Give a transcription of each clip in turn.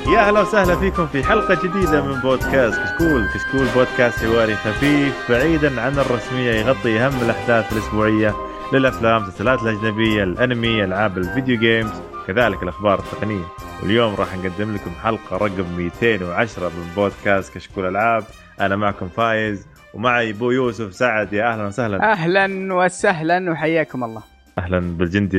يا أهلا وسهلا فيكم في حلقة جديدة من بودكاست كشكول بودكاست حواري خفيف بعيدا عن الرسمية، يغطي أهم الأحداث الأسبوعية للأفلام، المسلسلات الأجنبية، الأنمي، ألعاب الفيديو جيمز، كذلك الأخبار التقنية. واليوم راح نقدم لكم حلقة رقم 210 من بودكاست كشكول ألعاب. أنا معكم فايز ومعي بو يوسف سعد. يا أهلا وسهلا. أهلا وسهلا وحياكم الله. أهلا بالجندي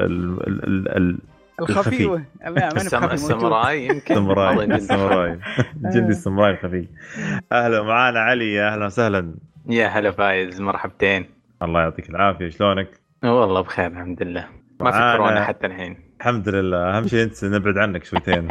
الخفي. الساموراي يمكن الساموراي الجندي الساموراي الخفي. أهلا معانا علي. يا أهلا وسهلا. يا هلا فايز، مرحبتين. الله يعطيك العافية، شلونك؟ والله بخير الحمد لله، ما في كورونا حتى الحين الحمد لله. أهم شيء أنت نبعد عنك شويتين.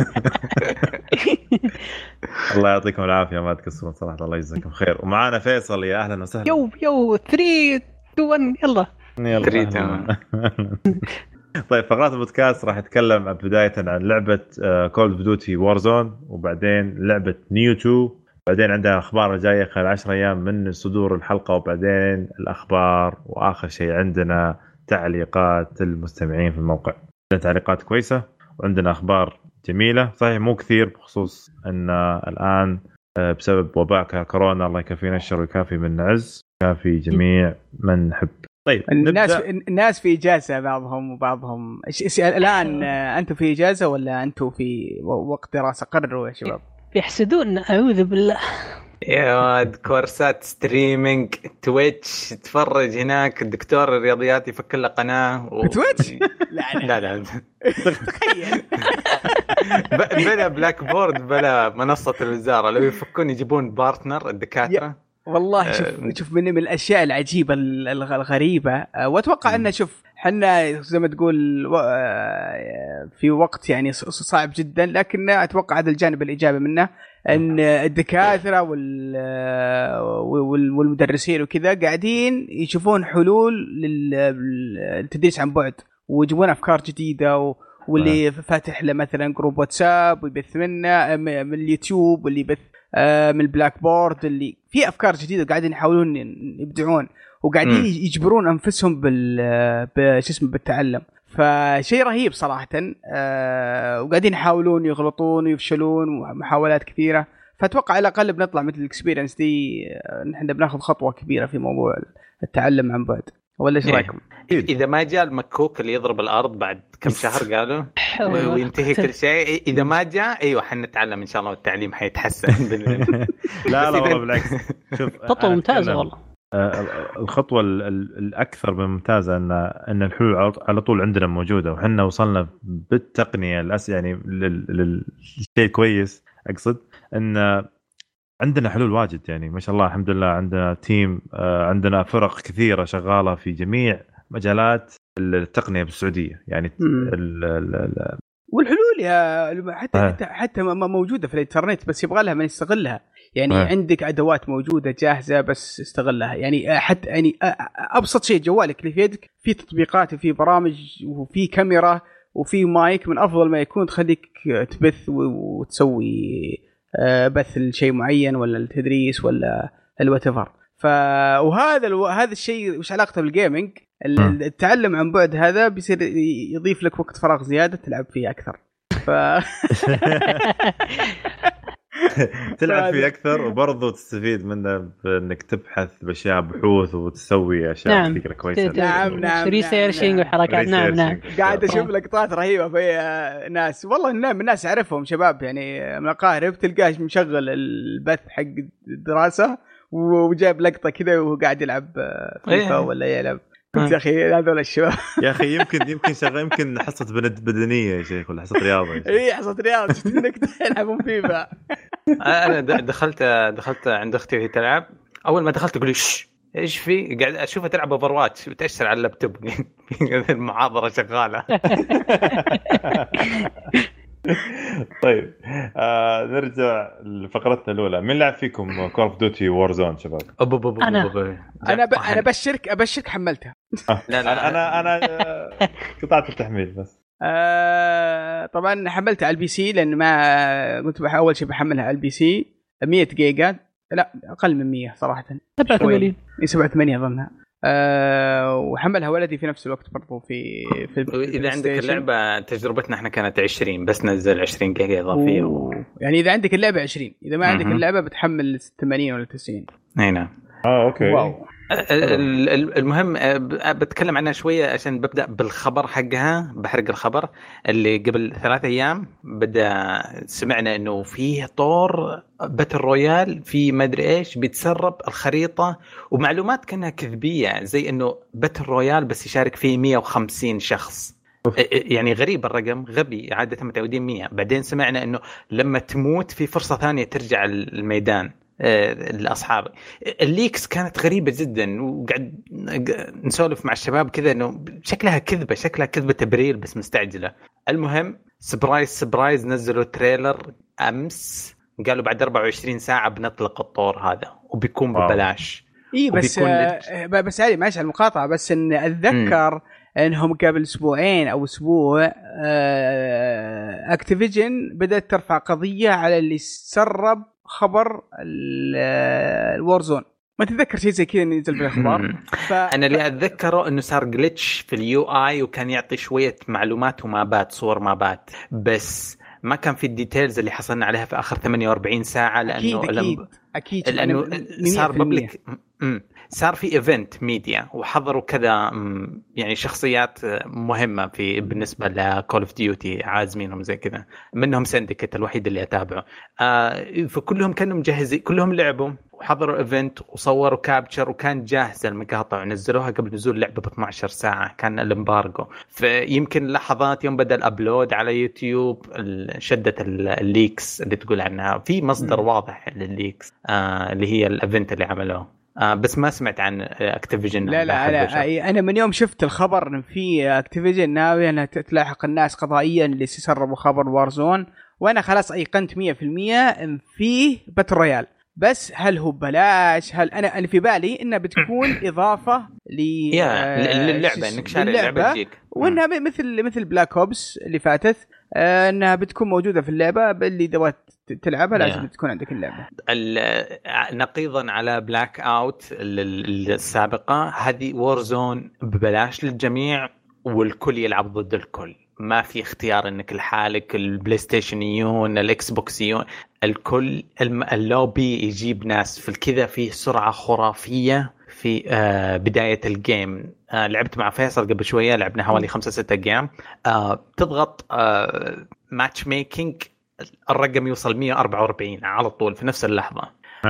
الله يعطيكم العافية، ما تكسرون صراحة، الله يجزاكم خير. ومعانا فيصل. يا أهلا وسهلا. يو 3 2 1 يلا. طيب فقرات البودكاست راح نتكلم بداية عن لعبة كول اوف ديوتي وارزون، وبعدين لعبة نيو 2، بعدين عندنا أخبار جاية خلال 10 أيام من صدور الحلقة، وبعدين الأخبار، وآخر شيء عندنا تعليقات المستمعين في الموقع. عندنا تعليقات كويسة وعندنا أخبار جميلة، صحيح مو كثير، بخصوص أن الآن بسبب وباء كورونا، الله يكفينا الشر ويكافي من نعز، كافي جميع من نحب. طيب الناس في إجازة وبعضهم الآن. أنتم في إجازة ولا أنتم في وقت دراسة؟ قرروا يا شباب. يحسدوننا أعوذ بالله. يا واد كورسات ستريمينج تويتش، تفرج هناك الدكتور الرياضيات يفك له قناة تويتش. لا تخيل. بلا بلاك بورد، بلا منصة الوزارة، لو يفكون يجيبون بارتنر الدكاترة. والله شوف من الأشياء العجيبة الغريبة، وأتوقع أن شوف حنا زي ما تقول في وقت يعني صعب جدا، لكن أتوقع هذا الجانب الإيجابي منه، أن الدكاترة والمدرسين وكذا قاعدين يشوفون حلول للتدريس عن بعد، ويجيبون أفكار جديدة، واللي فاتح له مثلا جروب واتساب ويبث منه من اليوتيوب، واللي يبث من البلاك بورد، اللي في أفكار جديدة قاعدين يحاولون يبدعون، وقاعدين يجبرون أنفسهم بالتعلم. فشيء رهيب صراحة. وقاعدين يحاولون يغلطون ويفشلون، ومحاولات كثيرة. فأتوقع على الأقل بنطلع مثل الإكسبيرينس دي، نحن بناخذ خطوة كبيرة في موضوع التعلم عن بعد. ولا ايش رايكم؟ اذا ما جاء المكوك اللي يضرب الارض بعد كم شهر قالوا وينتهي كل شيء، اذا ما جاء ايوه حنتعلم ان شاء الله، والتعليم حيتحسن. لا والله بالعكس. شوف خطوه ممتازه والله. الخطوه الاكثر من ممتازه ان الحلول على طول عندنا موجوده، وحنا وصلنا بالتقنيه يعني للشيء كويس. اقصد ان عندنا حلول واجد، يعني ما شاء الله الحمد لله. عندنا تيم، عندنا فرق كثيرة شغالة في جميع مجالات التقنية بالسعودية يعني. والحلول يا حتى موجودة في الانترنت، بس يبغى لها من يستغلها. يعني عندك أدوات موجودة جاهزة، بس استغلها. يعني حتى يعني أبسط شيء، جوالك اللي في يدك في تطبيقات وفي برامج وفي كاميرا وفي مايك، من أفضل ما يكون تخليك تبث وتسوي بث الشيء معين، ولا التدريس، ولا الواتيفر. وهذا الشيء وش علاقته بالجيمنج؟ التعلم عن بعد هذا بيصير يضيف لك وقت فراغ زيادة تلعب فيه أكثر. تلعب فيه أكثر، وبرضه تستفيد منه بأنك تبحث بأشياء، بحوث، وتسوي أشياء كثيرة كويسة. نعم ريسيرشينج وحركات. نعم قاعد أشوف لقطات رهيبة في ناس، والله الناس أعرفهم شباب يعني من القاهرة، بتلقاه مشغل البث حق الدراسة وجاب لقطة كذا وهو قاعد يلعب فيفا ولا يلعب. يا أخي هذول الشباب يا أخي يمكن شغال، يمكن حصة بدنية يا شيخ، ولا حصة رياضة. إيه حصة رياضة، إنك تلعبون فيفا. أنا دخلت عند أختي وهي تلعب. أول ما دخلت أقول إيش في؟ قاعد أشوفها تلعب أوفرواتش وتأشر على اللابتوب. المعاضرة شغالة. طيب نرجع لفقرتنا الأولى. من لعب فيكم كول اوف ديوتي وارزون شباب؟ أنا أبشرك حملتها. لا أنا قطعت التحميل بس. طبعا حملتها على البي سي، لأن ما كنت أول شيء بحملها على البي سي 100 جيجا، لا أقل من 100 صراحة. 87 87 أظنها. وحملها ولدي في نفس الوقت برضو في اذا عندك اللعبه تجربتنا احنا كانت 20 بس نزل 20 جيجا اضافيه يعني اذا عندك اللعبه 20 اذا ما عندك اللعبه بتحمل 80 ولا 90. اي نعم. اوكي. واو. المهم بتكلم عنها شويه عشان ببدا بالخبر حقها. بحرق الخبر اللي قبل 3 أيام بدا سمعنا انه فيه طور باتل رويال في ما ادري ايش بيتسرب الخريطه، ومعلومات كانها كذبيه زي انه باتل رويال بس يشارك فيه 150 شخص. يعني غريب الرقم، غبي، عاده متعودين 100. بعدين سمعنا انه لما تموت في فرصه ثانيه ترجع الميدان الأصحاب. الليكس كانت غريبة جدا، وقعد نسولف مع الشباب كذا إنه شكلها كذبة تبرير بس مستعجلة. المهم سبرايز نزلوا تريلر أمس، قالوا بعد 24 ساعة بنطلق الطور هذا وبيكون ببلاش. إيه بس هذه معلش على المقاطعة، بس إن أتذكر انهم قبل اسبوعين او اسبوع اكتيفيجن بدأت ترفع قضية على اللي سرب خبر الوارزون. ما تتذكر شيء زي كذا نزل بالاخبار؟ انا اللي اتذكره انه صار جلitch في اليو اي وكان يعطي شويه معلومات ومابات، صور مابات، بس ما كان في الديتيلز اللي حصلنا عليها في اخر 48 ساعه. لانه اكيد لانه صار بابليك، صار في ايفنت ميديا وحضروا كذا يعني شخصيات مهمه في بالنسبه لكول اوف ديوتي عازمينهم زي كذا، منهم سندكت الوحيد اللي اتابعه. فكلهم كانوا مجهزين، كلهم لعبوا وحضروا ايفنت وصوروا كابتشر، وكان جاهزه المقاطع ونزلوها قبل نزول اللعبه ب 12 ساعه، كان الامبارجو. فيمكن لحظات يوم بدا الابلود على يوتيوب شدت الليكس اللي تقول عنها، في مصدر واضح للليكس اللي هي الايفنت اللي عملوه. بس ما سمعت عن اكتيفيجن. لا أنا من يوم شفت الخبر إن في اكتيفيجن ناوي أنها تلاحق الناس قضائيا اللي سربوا خبر وارزون، وأنا خلاص أيقنت 100% إن فيه باتل رويال. بس هل هو ببلاش؟ هل أنا في بالي إنها بتكون إضافة للعبة، إنك شاري اللعبة تجيك، وإنها مثل بلاك أوبس اللي فاتت، إنها بتكون موجودة في اللعبة، اللي دوت تلعبها لازم تكون عندك اللعبة. نقيضا على بلاك اوت السابقة، هذه وورزون ببلاش للجميع والكل يلعب ضد الكل، ما في اختيار انك لحالك، البلاي ستيشن يون، الاكس بوكس يون، الكل اللوبي يجيب ناس في الكذا. فيه سرعة خرافية في بداية الجيم. لعبت مع فيصل قبل شوية، لعبنا حوالي 5-6 جيم. تضغط ماتش ميكينج، الرقم يوصل 144 على طول في نفس اللحظة.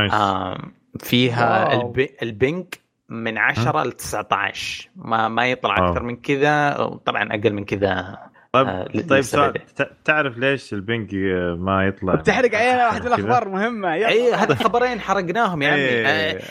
فيها البينج من 10 ل 19، ما يطلع أكثر من كذا، طبعا أقل من كذا. طيب تعرف ليش البينج ما يطلع؟ بتحرق علينا واحد من الأخبار مهمة. اي هذا خبرين حرقناهم يا عمي.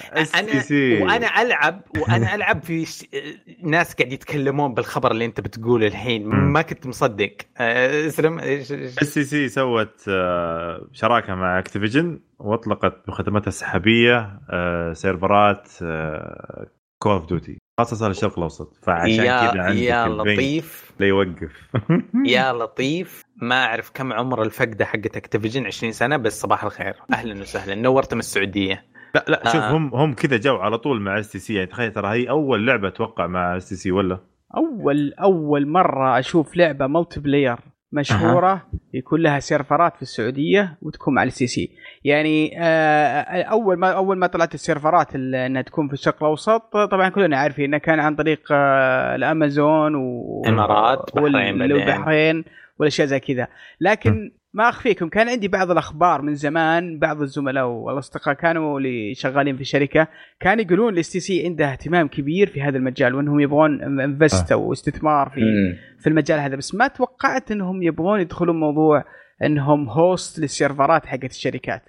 وانا العب في ناس قاعد يتكلمون بالخبر اللي انت بتقوله الحين، ما كنت مصدق. اسلم. SCC سوت شراكه مع اكتيفيجن واطلقت بخدماتها السحابيه سيرفرات كول اوف ديوتي خاصة للشرق الأوسط. فعشان كذا عندك يا لطيف لا يوقف. يا لطيف، ما أعرف كم عمر الفقدة حقت اكتيفيجن، 20 سنة بس. صباح الخير، أهلا وسهلا، نورت من السعودية. لا شوف هم كذا جو على طول مع STC. يعني تخيل ترى هي أول لعبة توقع مع STC ولا أول مرة أشوف لعبة ملتي بلاير مشهورة يكون لها سيرفرات في السعودية وتكون مع الCC. يعني أول ما طلعت السيرفرات انها تكون في الشرق الاوسط، طبعا كلنا عارفين انها كان عن طريق الامازون والامارات والبحرين والاشياء زي كذا. لكن ما اخفيكم كان عندي بعض الاخبار من زمان، بعض الزملاء والاصدقاء كانوا اللي شغالين في الشركه كانوا يقولون الSTC عندها اهتمام كبير في هذا المجال، وانهم يبغون انفست او استثمار في المجال هذا. بس ما توقعت انهم يبغون يدخلون موضوع انهم هوست للسيرفرات حقت الشركات.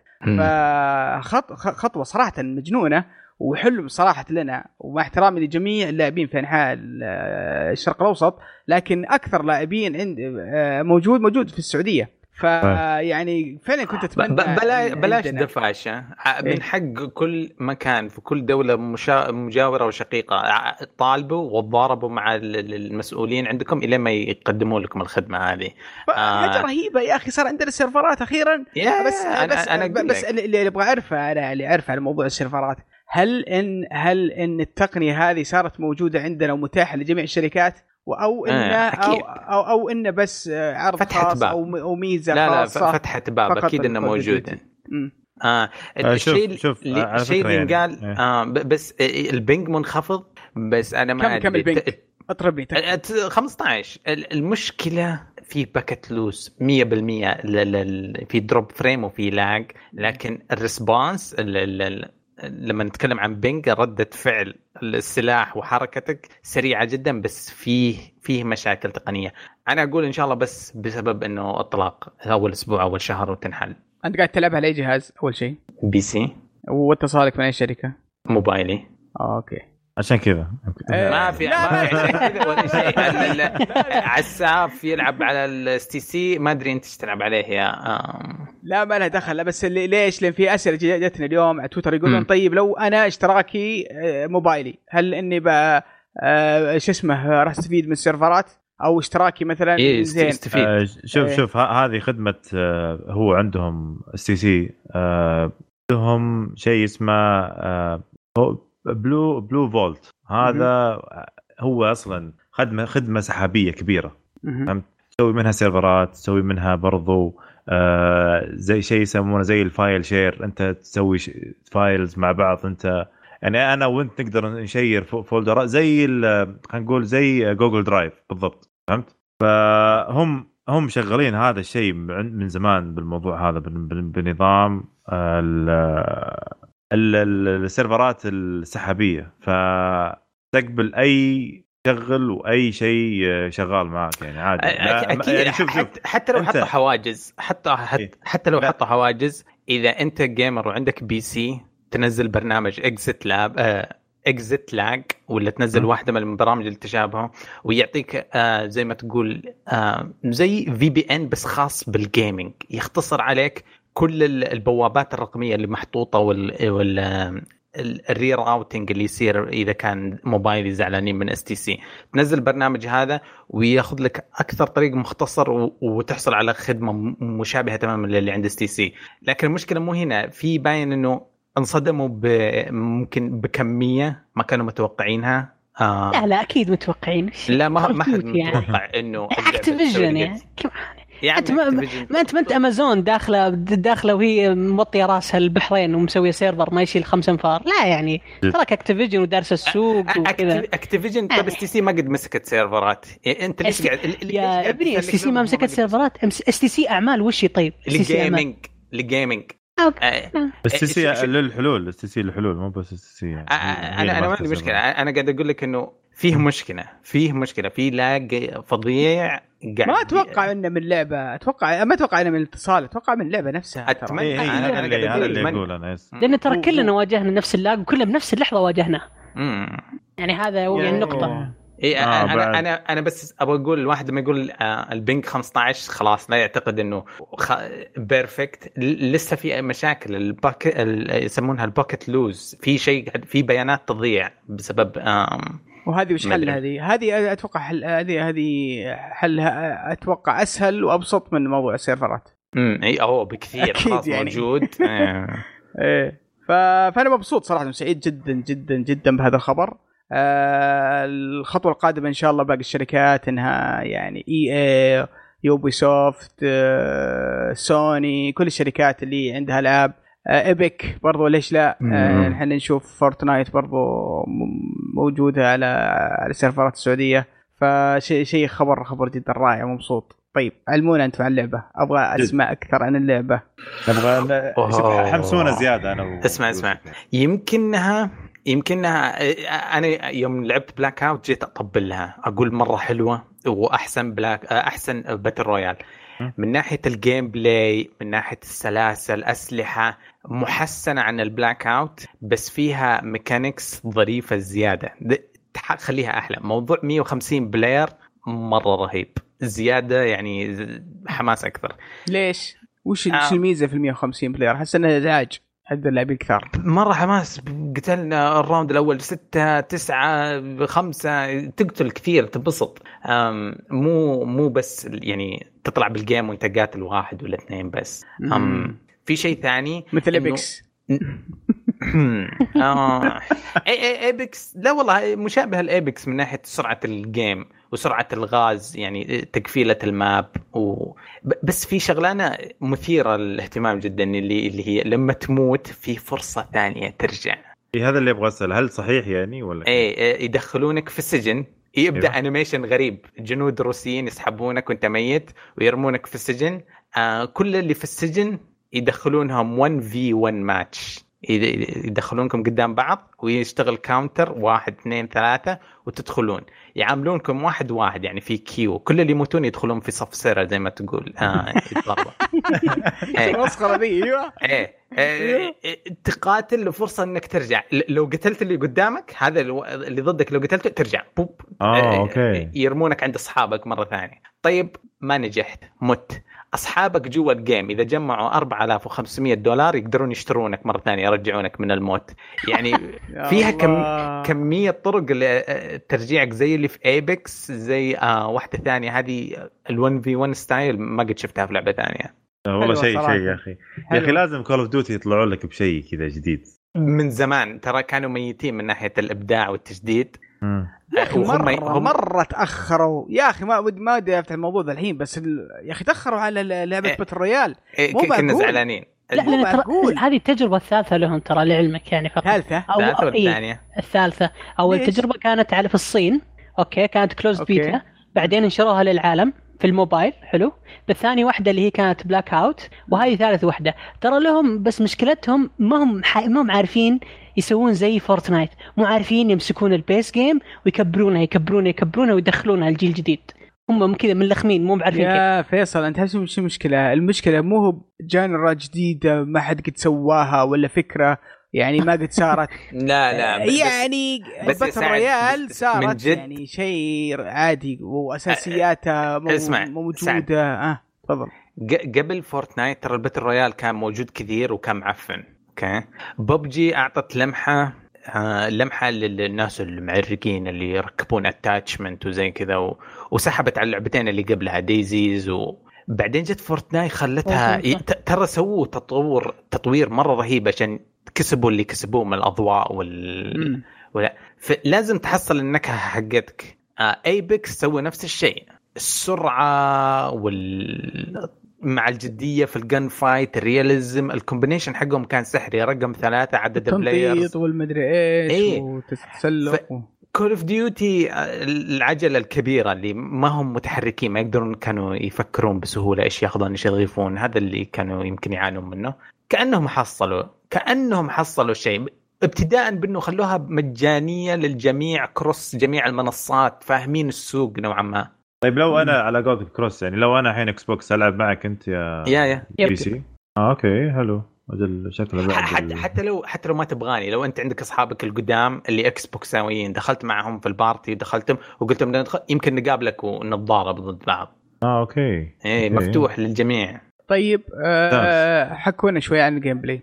فخطوه صراحه مجنونه وحلم صراحه لنا، ومع احترامي لجميع اللاعبين في انحاء الشرق الاوسط، لكن اكثر لاعبين موجود في السعوديه. فيعني فعلا كنت اتمنى بلاش دفاشه من حق كل مكان في كل دوله مجاوره وشقيقه، طالبوا وتضاربوا مع المسؤولين عندكم الى ما يقدموا لكم الخدمه هذه. حاجه رهيبه يا اخي، صار عندنا سيرفرات اخيرا. بس اللي ابغى اعرفه، اللي اعرف على موضوع السيرفرات، هل ان التقنيه هذه صارت موجوده عندنا ومتاحه لجميع الشركات، او ان او ان بس عرض خاص او ميزه خاصه؟ لا فتحت باب اكيد انه موجوده. الشيء اللي قال بس البنج منخفض، بس انا ما كم البنج اطربني 15. المشكله في باكت لوز 100%، في دروب فريم وفي لاج، لكن الريسبونس لما نتكلم عن بنج ردة فعل السلاح وحركتك سريعة جدا، بس فيه مشاكل تقنية. أنا أقول إن شاء الله بس بسبب إنه الطلاق أول أسبوع أول شهر وتنحل. أنت قاعد تلعبها على أي جهاز أول شيء؟ بي سي. واتصالك من أي شركة؟ موبايلي. أوكي. عشان كذا ما في كذا ولا شيء. عساف يلعب على الستي سي، ما ادري انت ايش تلعب عليه يا لا ما لها دخل. لا بس ليش؟ لان في اسئله جاتنا اليوم على تويتر يقولون طيب لو انا اشتراكي موبايلي هل اني بقى شو اسمه راح استفيد من السيرفرات او اشتراكي مثلا زين؟ شوف هذه خدمه هو عندهم السي سي عندهم شيء اسمه بلو فولت. هذا هو اصلا خدمه سحابيه كبيره، فهمت؟ تسوي منها سيرفرات، تسوي منها برضو زي شيء يسمونه زي الفايل شير. انت تسوي فايلز مع بعض، انت يعني انا وانت نقدر نشير فولدرات زي خلينا نقول زي جوجل درايف بالضبط، فهمت؟ فهم شغالين هذا الشيء من زمان بالموضوع هذا بنظام السيرفرات السحابيه، فتقبل اي شغل واي شيء شغال معك يعني عادي. يعني شوف حتى لو حطوا حواجز، حتى لو حطوا حواجز، اذا انت جيمر وعندك بي سي تنزل برنامج اكزيت لاج ولا تنزل واحده من البرامج اللي تشابهه ويعطيك زي ما تقول زي في بي ان بس خاص بالجيمنج، يختصر عليك كل البوابات الرقميه اللي محطوطه الري راوتينج اللي يصير اذا كان موبايلي زعلانين من اس تي سي. تنزل البرنامج هذا وياخذ لك اكثر طريق مختصر وتحصل على خدمه مشابهه تماما للي عند اس تي سي. لكن المشكله مو هنا، في باين انه انصدموا ممكن بكميه ما كانوا متوقعينها. لا اكيد متوقعين. لا ما حد متوقع انه اكتيفيجن يعني انت امازون داخله وهي موطيه راسها البحرين ومسويه سيرفر ما يشيل 5 انفار. لا يعني تراك اكتيفيجن ودارس السوق وكذا. اكتيفيجن طب اس تي سي ما قد مسكت سيرفرات. انت ليش قاعد يا ابني اس تي سي ما مسكت سيرفرات. اس تي سي اعمال وش طيب الجيمنج بس سي للحلول، سي الحلول مو بس سي يعني. انا ما عندي مشكله، انا قاعد اقول لك انه فيه مشكله في لاج فظيع. ما اتوقع انه من لعبه، ما اتوقع انه من الاتصال، اتوقع من اللعبه نفسها. اتمنى انا اللي اقول انا لان ترى كلنا واجهنا نفس اللاج وكلنا بنفس اللحظه واجهنا. يعني هو يعني النقطه. انا بس ابغى اقول الواحد ما يقول البنج 15 خلاص لا يعتقد انه بيرفكت. لسه في مشاكل يسمونها الباكت لوز، في شيء في بيانات تضيع بسبب وهذه وش حل؟ هذه اتوقع هذه حلها اتوقع اسهل وابسط من موضوع السيرفرات. اي بكثير خلاص يعني. موجود. ايه فانا مبسوط صراحه، سعيد جدا جدا جدا بهذا الخبر. الخطوه القادمه ان شاء الله باقي الشركات انها يعني EA، يوبي سوفت، سوني، كل الشركات اللي عندها العاب، ايبك برضو ليش لا. نحن نشوف فورتنايت برضو موجوده على سيرفرات السعوديه. فشيء خبر جدا رائع، مبسوط. طيب علمونا انتم عن اللعبه، ابغى اسمع اكثر عن اللعبه. نبغى حمسونا زياده. انا اسمع يمكنها انا يوم لعبت بلاك اوت جيت اطبل لها اقول مره حلوه واحسن احسن باتل رويال من ناحيه الجيم بلاي، من ناحيه السلاسل، الاسلحه محسنه عن البلاك اوت، بس فيها ميكانيكس ظريفه زياده تخليها احلى. موضوع 150 بلاير مره رهيب زياده، يعني حماس اكثر. ليش وش الميزه في 150 بلاير؟ حس انه ازعاج حد اللاعبين كثار مرة حماس. قتلنا الراوند الأول 6 9 5 تقتل كثير تنبسط. مو بس يعني تطلع بالجيم وانت قاتل 1 ولا 2 بس. في شيء ثاني مثل إبكس. ايبكس لا والله مشابه الايبكس من ناحيه سرعه الجيم وسرعه الغاز، يعني تكفيله الماب بس في شغلانه مثيره للاهتمام جدا اللي هي لما تموت في فرصه ثانيه ترجع. هذا اللي ابغى اسال، هل صحيح يعني ولا يدخلونك في السجن، يبدا انيميشن غريب، جنود روسيين يسحبونك وانت ميت ويرمونك في السجن. كل اللي في السجن يدخلونهم 1v1 ماتش، يدخلونكم قدام بعض ويشتغل كاونتر 1 2 3 وتدخلون، يعاملونكم واحد واحد يعني في كيو، كل اللي يموتون يدخلون في صف سيرة زي ما تقول. يتضربوا مسخرة ذي. ايوه تقاتل فرصة انك ترجع، لو قتلت اللي قدامك هذا اللي ضدك لو قتلته ترجع بوب. اوكي يرمونك عند اصحابك مرة ثانية. طيب ما نجحت مت، أصحابك جوا الجيم إذا جمعوا $4,500 يقدرون يشترونك مرة ثانية، يرجعونك من الموت. يعني فيها كمية طرق لترجيعك زي اللي في ايبكس، زي واحدة ثانية هذه ال1v1 ستايل ما قد شفتها في لعبة ثانية. والله شيء يا أخي لازم كول اوف ديوتي يطلعوا لك بشيء كذا جديد. من زمان ترى كانوا ميتين من ناحية الإبداع والتجديد. يا أخي مرة تأخروا يا أخي، ما ودي أفتح الموضوع ذا الحين، بس يا أخي تأخروا على لعبة باتل رويال. كنا زعلانين. لا هذه التجربة الثالثة لهم ترى لعلمك يعني فقط. ثالثة ولا الثانية؟ الثالثة. أول تجربة كانت في الصين، أوكي كانت كلوز بيتا، بعدين انشروها للعالم في الموبايل. حلو. بالثاني واحدة اللي هي كانت بلاك اوت، وهذه ثالث واحدة. ترى لهم بس مشكلتهم ما هم عارفين يسوون زي فورتنايت، مو عارفين يمسكون البيس جيم ويكبرونها ويدخلونها الجيل الجديد. هم كذا ملخمين مو عارفين كيف. يا فيصل انت هل شو المشكلة مو هو جانرا جديدة ما حد قد سواها ولا فكرة يعني ما قد صارت. لا يعني باتل رويال صارت يعني شيء عادي واساسياتها موجوده. تفضل. قبل فورتنايت ترى الباتل رويال كان موجود كثير وكان معفن. اوكي ببجي اعطت لمحه للناس المعرقين اللي يركبون اتاتشمنت وزي كذا وسحبت على اللعبتين اللي قبلها دايزيز، وبعدين جت فورتنايت خلتها ترى سووا تطوير مره رهيب عشان كسبوا اللي كسبوه من الأضواء ولا فلازم تحصل النكهة حقتك. ايبكس سوى نفس الشيء، السرعة مع الجدية في الجن فايت، الرياليزم، الكومبينيشن حقهم كان سحري. رقم 3 عدد البلايرز والمدري ايش وتتسلق. كول اوف ديوتي العجلة الكبيرة اللي ما هم متحركين، ما يقدرون كانوا يفكرون بسهولة ايش ياخذون ايش يضيفون، هذا اللي كانوا يمكن يعانون منه. كأنهم حصلوا شيء، ابتداء بأنه خلوها مجانية للجميع، كروس جميع المنصات، فاهمين السوق نوعا ما. طيب لو أنا على قولك كروس، يعني لو أنا الحين إكس بوكس ألعب معك أنت يا بي سي. أوكي حلو. أجل شكله حتى لو ما تبغاني، لو أنت عندك أصحابك القدام اللي إكس بوكساويين دخلت معهم في البارتي، دخلتم وقلتم ندخل، يمكن نقابلك ونتضارب ضد بعض. أوكي. مفتوح للجميع. طيب حكونا شوي عن الجيم بلاي.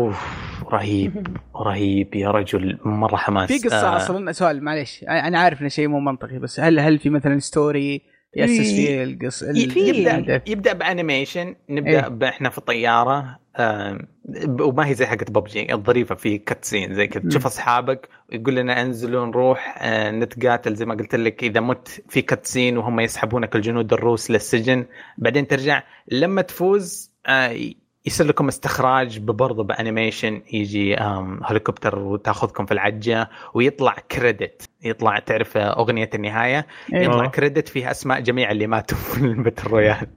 رهيب يا رجل، مرة حماس. في قصة أصلا. سؤال معليش، أنا عارف إن شيء مو منطقي، بس هل في مثلا ستوري يأسس فيه القصة؟ يبدأ بأنيميشن، نبدأ إحنا في الطيارة، وما هي زي حقت ببجي الظريفة، في كاتسين زي كده، تشوف أصحابك يقول لنا انزلوا نروح نتقاتل زي ما قلت لك، إذا مت في كاتسين وهم يسحبونك الجنود الروس للسجن، بعدين ترجع لما تفوز يصير لكم استخراج برضه بانيميشن، يجي هليكوبتر وتاخذكم في العجة ويطلع كريدت، يطلع تعرف أغنية النهاية، يطلع كريدت فيها أسماء جميع اللي ماتوا في الباتل رويال.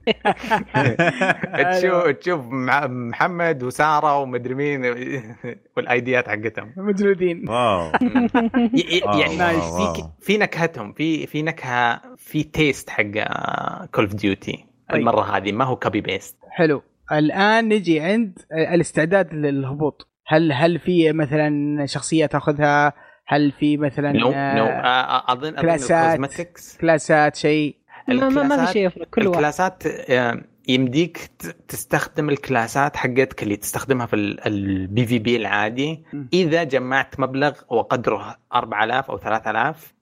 تشوف محمد وسارة ومدري مين والآيديات حقتهم مجلودين. واو. يعني في نكهتهم، في نكهة، في تيست حق كول اوف ديوتي المرة هذه، ما هو كوبي بيست. حلو. الآن نجي عند الاستعداد للهبوط. هل في مثلا شخصيات أخذها؟ هل في مثلا أظن كلاسات شيء؟ ما في شيء. كل الكلاسات يمديك تستخدم الكلاسات حقتك اللي تستخدمها في البي في بي العادي. إذا جمعت مبلغ وقدره 4000 أو 3000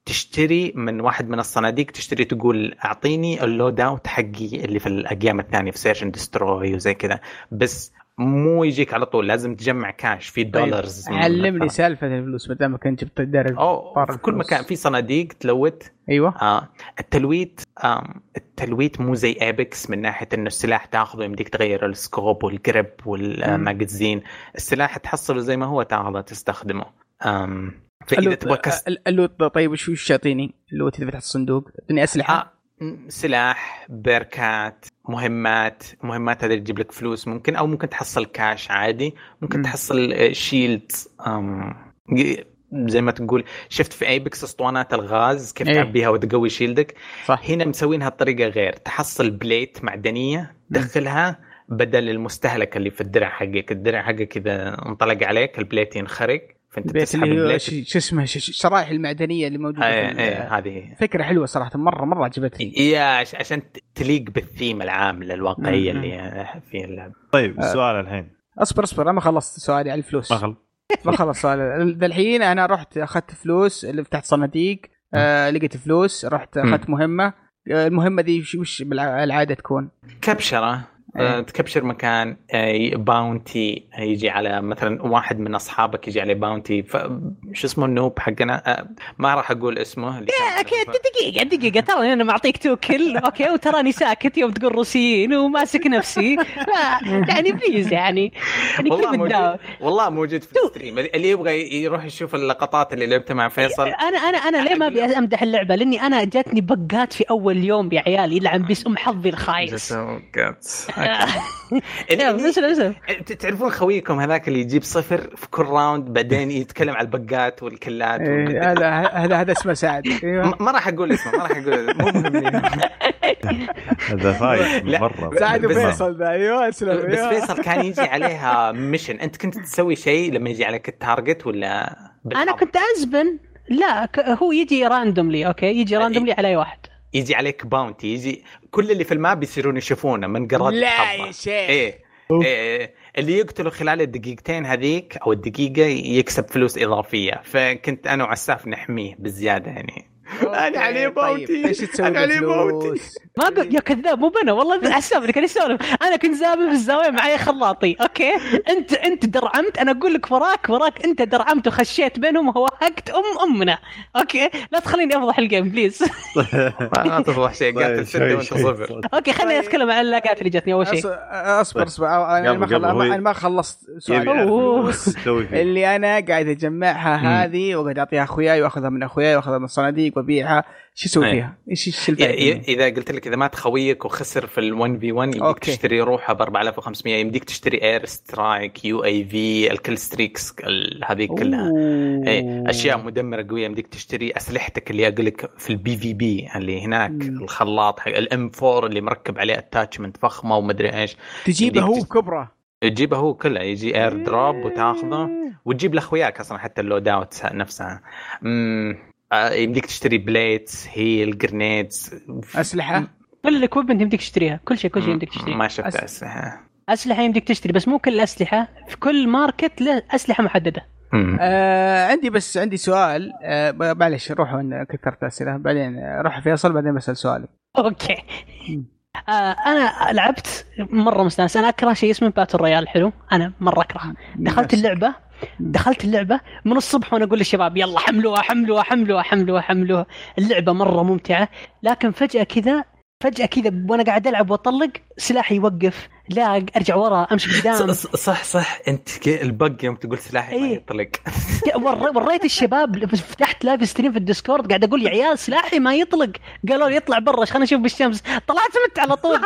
تشتري من واحد من الصناديق، تشتري تقول اعطيني اللود اوت حقي اللي في الايام الثانيه في سيرش اند دستروي وزي كذا، بس مو يجيك على طول، لازم تجمع كاش في دولارز. طيب علمني سالفه الفلوس ما دام كنت جبت الدار في كل مكان في صناديق تلوت. ايوه التلويت مو زي ابيكس من ناحيه انه السلاح تاخذه يمديك تغير السكوب والجريب والماجازين، السلاح تحصله زي ما هو تاخذه تستخدمه. فاذا تبغى اللوت طيب وش يعطيني اللوت اذا فتحت الصندوق؟ اعطيني اسلحه سلاح، بيركات، مهمات هذه تجيب لك فلوس ممكن، او ممكن تحصل كاش عادي، ممكن تحصل شيلد. زي ما تقول شفت في ايبكس اسطوانات الغاز كيف تعبيها وتقوي شيلدك، صح. هنا مسوينها بطريقه غير، تحصل بليت معدنيه تدخلها بدل المستهلك اللي في الدرع حقك. الدرع حقك اذا انطلق عليك البليت ينخرق، فانت تسحب البليت. شو اسمه الشرائح المعدنيه اللي موجوده هذه فكره حلوه صراحه، مره عجبتني. عشان تليق بالثيم العام الواقعيه اللي في اللعبه. طيب السؤال الحين، اصبر انا ما خلصت سؤالي على الفلوس. ما خلص سؤال. الحين انا رحت اخذت فلوس اللي فتحت صناديق، لقيت فلوس، رحت اخذت مهمه. المهمه دي وش بالعاده تكون؟ كبشره. تكبشر مكان باونتي، يجي على مثلا واحد من أصحابك يجي عليه باونتي، شو اسمه النوب حقنا، ما راح أقول اسمه. دقيقة ترى أنا معطيك توكل أوكي، وتراني ساكت يوم تقول روسيين وماسك نفسي يعني بليز يعني والله موجود في الستريم، اللي يبغى يروح يشوف اللقطات اللي لعبتها مع فيصل. أنا ليه ما أبي أمدح اللعبة؟ لأني أنا جاتني بقات في أول يوم يا عيال، يلعن باسم حظي الخايس. تعرفون خويكم هذاك اللي يجيب 0 في كل راوند بعدين يتكلم على البقات والكلات. هذا اسمه سعد. ما راح اقول اسمه، مو مهم. هذا خايف مره سعد وفيصل ده. ايوه بس فيصل كان يجي عليها ميشن، انت كنت تسوي شيء لما يجي عليك التارجت ولا انا كنت ازبن؟ لا هو يجي راندوملي. اوكي يجي راندوملي على اي واحد، يجي عليك باونتي، يجي كل اللي في الماب يصيرون يشوفونه من قراد. لا يا شيخ. إيه اللي يقتله خلال الدقيقتين هذيك او الدقيقه يكسب فلوس اضافيه، فكنت انا وعساف نحميه بالزياده يعني. انا عليه باونتي. ايش تسوي؟ انا عليه باونتي. ما قلت يا كذاب، مو بنا والله. عساف اللي كان يسولف، انا كنت زابب في الزاويه معي خلاطي. اوكي انت درعمت، انا اقول لك وراك انت درعمت وخشيت بينهم وهوهقت امنا. اوكي لا تخليني افضح الجيم بليز. ما تفضح شيء، قاتل 6 وانت 0. اوكي خليني اتكلم عن اللاقات اللي جتني اول شيء. اصبر انا ما خلصت سؤالي. اللي انا قاعد اجمعها هذه وقاعد اعطيها اخوياي واخذها من اخوياي واخذها من الصناديق وبيعها، شو اسوي فيها؟ ايش الفائده؟ اذا قلت لك اذا مات خويك وخسر في ال1v1 يمديك تشتري روحه ب 4500، يمديك تشتري اير سترايك، يو اي في، الكل ستريكس، هذه كلها اشياء مدمره قويه. يمديك تشتري اسلحتك اللي اقول لك في البي في بي اللي هناك، الخلاط حق الام 4 اللي مركب عليه اتاتشمنت فخمه ومدري ايش، تجيبه هو كبره، تجيبه هو كله، يجي اير دروب وتاخذه وتجيب لاخوياك اصلا حتى اللود اوت نفسها. يمديك تشتري بليتس، هيل، جرنيدز، اسلحه، كل الاكويبمنت يمديك تشتريها، كل شيء يمديك تشتريه. ما شفت اسلحه يمديك تشتري، بس مو كل الاسلحه، في كل ماركت له اسلحه محدده. عندي سؤال. معلش روحوا ان كثرت اسئله، بعدين روح فيصل بعدين بسال سؤالي. اوكي. انا لعبت مره مستانس. انا اكره شيء اسمه باتل رويال. حلو، انا مره اكره. دخلت اللعبه من الصبح وانا اقول للشباب يلا حملوها. اللعبه مره ممتعه، لكن فجاه كذا وانا قاعد العب واطلق سلاحي يوقف، لا ارجع ورا امشي قدام. صح انت البق يوم تقول سلاحي ما يطلق. وريت الشباب، فتحت لايف ستريم في الديسكورد قاعد اقول يا عيال سلاحي ما يطلق، قالوا لي يطلع برا خلينا نشوف بالشمس، طلعت مت على طول.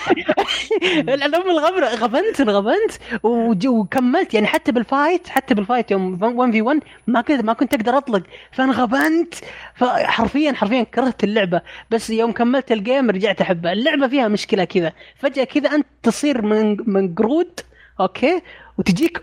العلوم غبنت وكملت يعني. حتى بالفايت يوم 1v1 ما كنت اقدر اطلق، فانغبنت. فحرفيا كرهت اللعبه. بس يوم كملت الجيم رجعت احبها. اللعبه فيها مشكله كذا، فجاه كذا انت تصير من قرود اوكي، وتجيك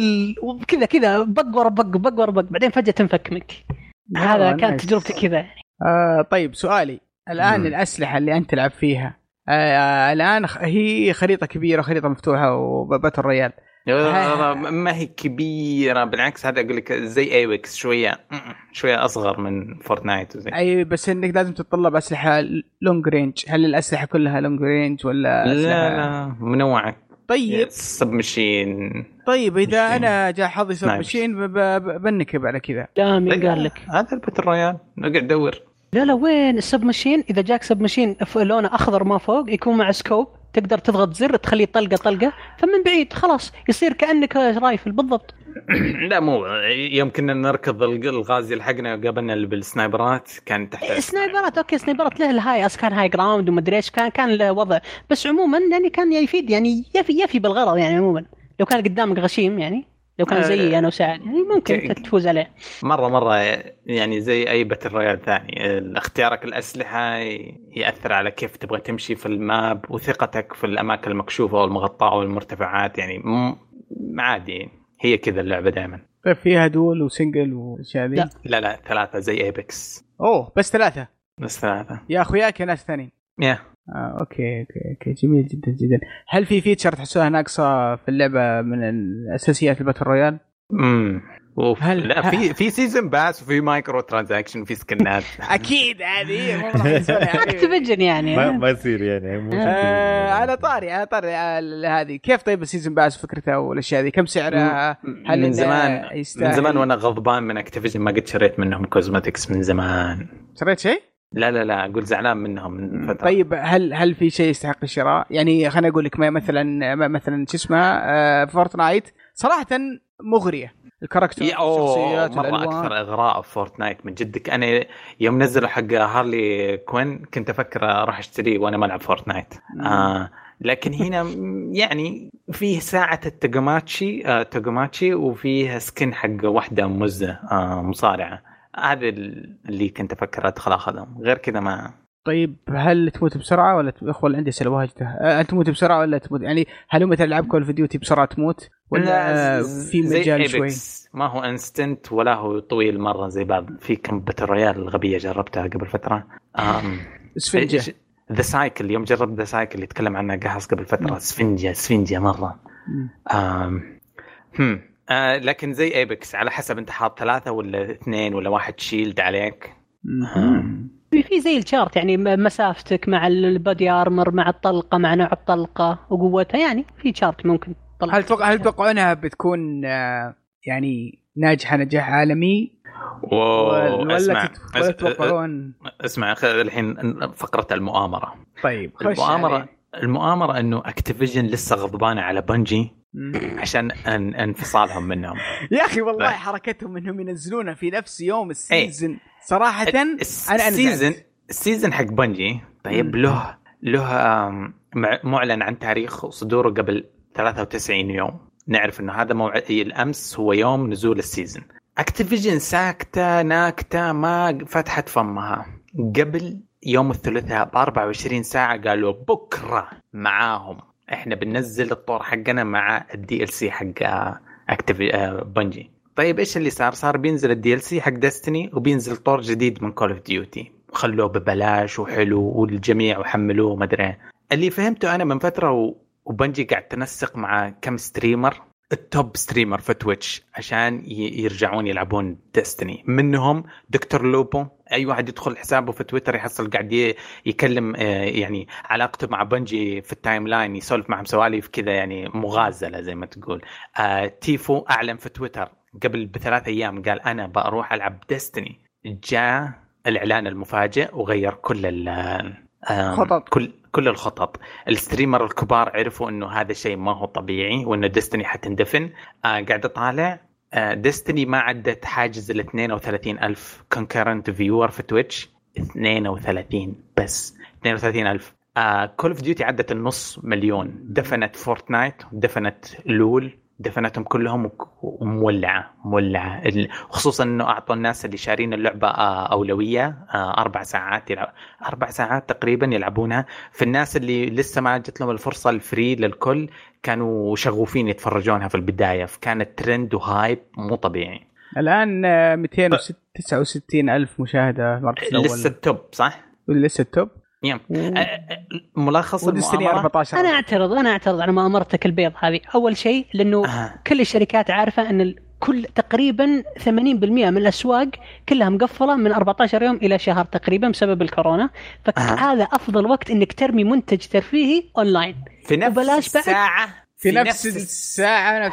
كذا بق ورا بق بعدين فجاه تنفك منك. هذا كانت تجربتي كذا. طيب سؤالي الان، الاسلحه اللي انت تلعب فيها الان هي خريطه كبيره، خريطه مفتوحه وباتل رويال، ما هي كبيرة بالعكس، هذا أقول لك زي ايبكس شوية أصغر من فورتنايت وزي. أي بس إنك لازم تتطلب أسلحة لونج رينج. هل الأسلحة كلها لونج رينج ولا أسلحة؟ لا منوعة. طيب سب مشين. طيب إذا أنا جاء حظي سب مشين بنكب على كذا. لا مين قال لك هذا الباتل رويال نقعد ندور. لا وين السب مشين؟ إذا جاك سب مشين لونه أخضر ما فوق يكون مع سكوب، تقدر تضغط زر تخليه طلقة فمن بعيد خلاص يصير كأنك رايفل بالضبط. لا مو يمكن نركض الغازي الحقنا قبلنا بالسنايبرات كان تحت سنايبرات. اوكي سنايبرات له الهاي كان هاي جراوند ومدري ايش كان له وضع، بس عموما يعني كان يفيد يعني يفي بالغرض يعني. عموما لو كان قدامك غشيم يعني لو كان زي انا وسعد يعني ممكن تفوز عليه مره يعني زي اي باتل رويال ثاني. اختيارك الاسلحه ياثر على كيف تبغى تمشي في الماب وثقتك في الاماكن المكشوفه والمغطاه والمرتفعات يعني عادي. هي كذا اللعبه دائما. طيب فيها دول وسنجل واشياء ذي؟ لا 3 زي ايبكس. بس 3 يا اخوياك يا ناس ثانيين. اوكي جميل جدا. هل في فيتشر تحسوها ناقصه في اللعبه من الاساسيات الباتل رويال؟ لا في سيزن باس وفي مايكرو ترانزاكشن وفي سكنات. اكيد هذه مو راح يسويها اكتيفيجن يعني ما يصير يعني انا طاري هذه كيف. طيب السيزن باس فكرتها والاشياء هذه كم سعرها؟ هل من زمان وانا غضبان من اكتيفيجن ما قد شريت منهم كوزماتكس من زمان. شريت شيء؟ لا اقول زعلان منهم من فتره. طيب هل في شيء يستحق الشراء يعني؟ خليني اقول لك مثلا شو اسمه فورتنايت صراحه مغريه الكاركتر الشخصيات مرة أكثر إغراء في فورتنايت من جدك. أنا يوم نزلوا حق هارلي كوين كنت أفكر راح أشتريه وأنا ملعب فورتنايت. لكن هنا يعني فيه ساعة التوغوماتشي وفيه سكن حق واحدة مزة مصارعة. هذا اللي كنت أفكر أدخل أخذهم، غير كذا ما. طيب هل تموت بسرعة ولا أخوة عندي سلة واجدة؟ أنت تموت بسرعة ولا تموت يعني؟ هل مثل ألعاب كول اوف ديوتي بسرعة تموت ولا في مجال شوي؟ ما هو انستنت ولا هو طويل مرة زي بعض. في كم باتل رويال الغبية جربتها قبل فترة. سفنجة ذا سايكل، يوم جربت ذا سايكل اللي يتكلم عنها قحص قبل فترة. سفنجة مرة. لكن زي ايبكس على حسب انت حاط 3 ولا 2 ولا 1 شيلد عليك. في زي الشارت يعني مسافتك مع البادي ارمر مع الطلقة مع نوع الطلقة وقوتها يعني في شارت ممكن طلق. هل تتوقعونها بتكون يعني ناجحة نجاح عالمي ولا تتوقعون؟ اسمع الحين فقرة المؤامرة. طيب المؤامرة انه اكتيفيجن لسه غضبانة على بنجي عشان انفصالهم منهم. يا اخي والله حركتهم انهم ينزلونها في نفس يوم السيزن صراحة. السيزن حق بنجي طيب له معلن عن تاريخ صدوره قبل 93 يوم. نعرف انه هذا موعد الامس هو يوم نزول السيزن. اكتيفيجن ساكتة ناكتة ما فتحت فمها. قبل يوم الثلاثاء ب24 ساعة قالوا بكرة معاهم احنا بننزل الطور حقنا مع الدي ال سي حق بنجي. طيب ايش اللي صار بينزل الدي ال سي حق ديستني وبينزل طور جديد من كول اوف ديوتي وخلوه ببلاش وحلو والجميع وحملوه وما ادري. اللي فهمته انا من فترة وبنجي قاعد تنسق مع كم ستريمر التوب ستريمر في تويتش عشان يرجعون يلعبون ديستني. منهم دكتور لوبو. اي واحد يدخل حسابه في تويتر يحصل قاعد يكلم يعني علاقته مع بنجي في التايم لاين يسولف معهم سوالف كذا يعني مغازلة زي ما تقول. تيفو اعلن في تويتر قبل ب3 أيام قال انا بروح العب ديستني. جاء الاعلان المفاجئ وغير كل خطط. كل الخطط. الستريمر الكبار عرفوا انه هذا شيء ما هو طبيعي وانه ديستني حتندفن. قاعد اطالع ديستني ما عدت حاجز 32,000 concurrent viewer في تويتش. 32 بس 32,000. كول اوف ديوتي عدت 500,000. دفنت فورتنايت ودفنت لول دفنتهم كلهم ومولعة خصوصا انه اعطوا الناس اللي شارين اللعبة اولوية 4 ساعات تقريبا يلعبونها. في الناس اللي لسه ما جت لهم الفرصة الفري للكل كانوا شغوفين يتفرجونها في البداية. فكانت ترند وهايب مو طبيعي. الان 269,000 مشاهدة المركز الأول. لسه التوب صح؟ لسه التوب. ملخص المؤامرة. انا اعترض على مؤامرتك البيض هذه. اول شيء لانه كل الشركات عارفه ان كل تقريبا 80% من الاسواق كلها مقفله من 14 يوم الى شهر تقريبا بسبب الكورونا. فهذا افضل وقت انك ترمي منتج ترفيهي اونلاين في نفس الساعه. في نفس الساعة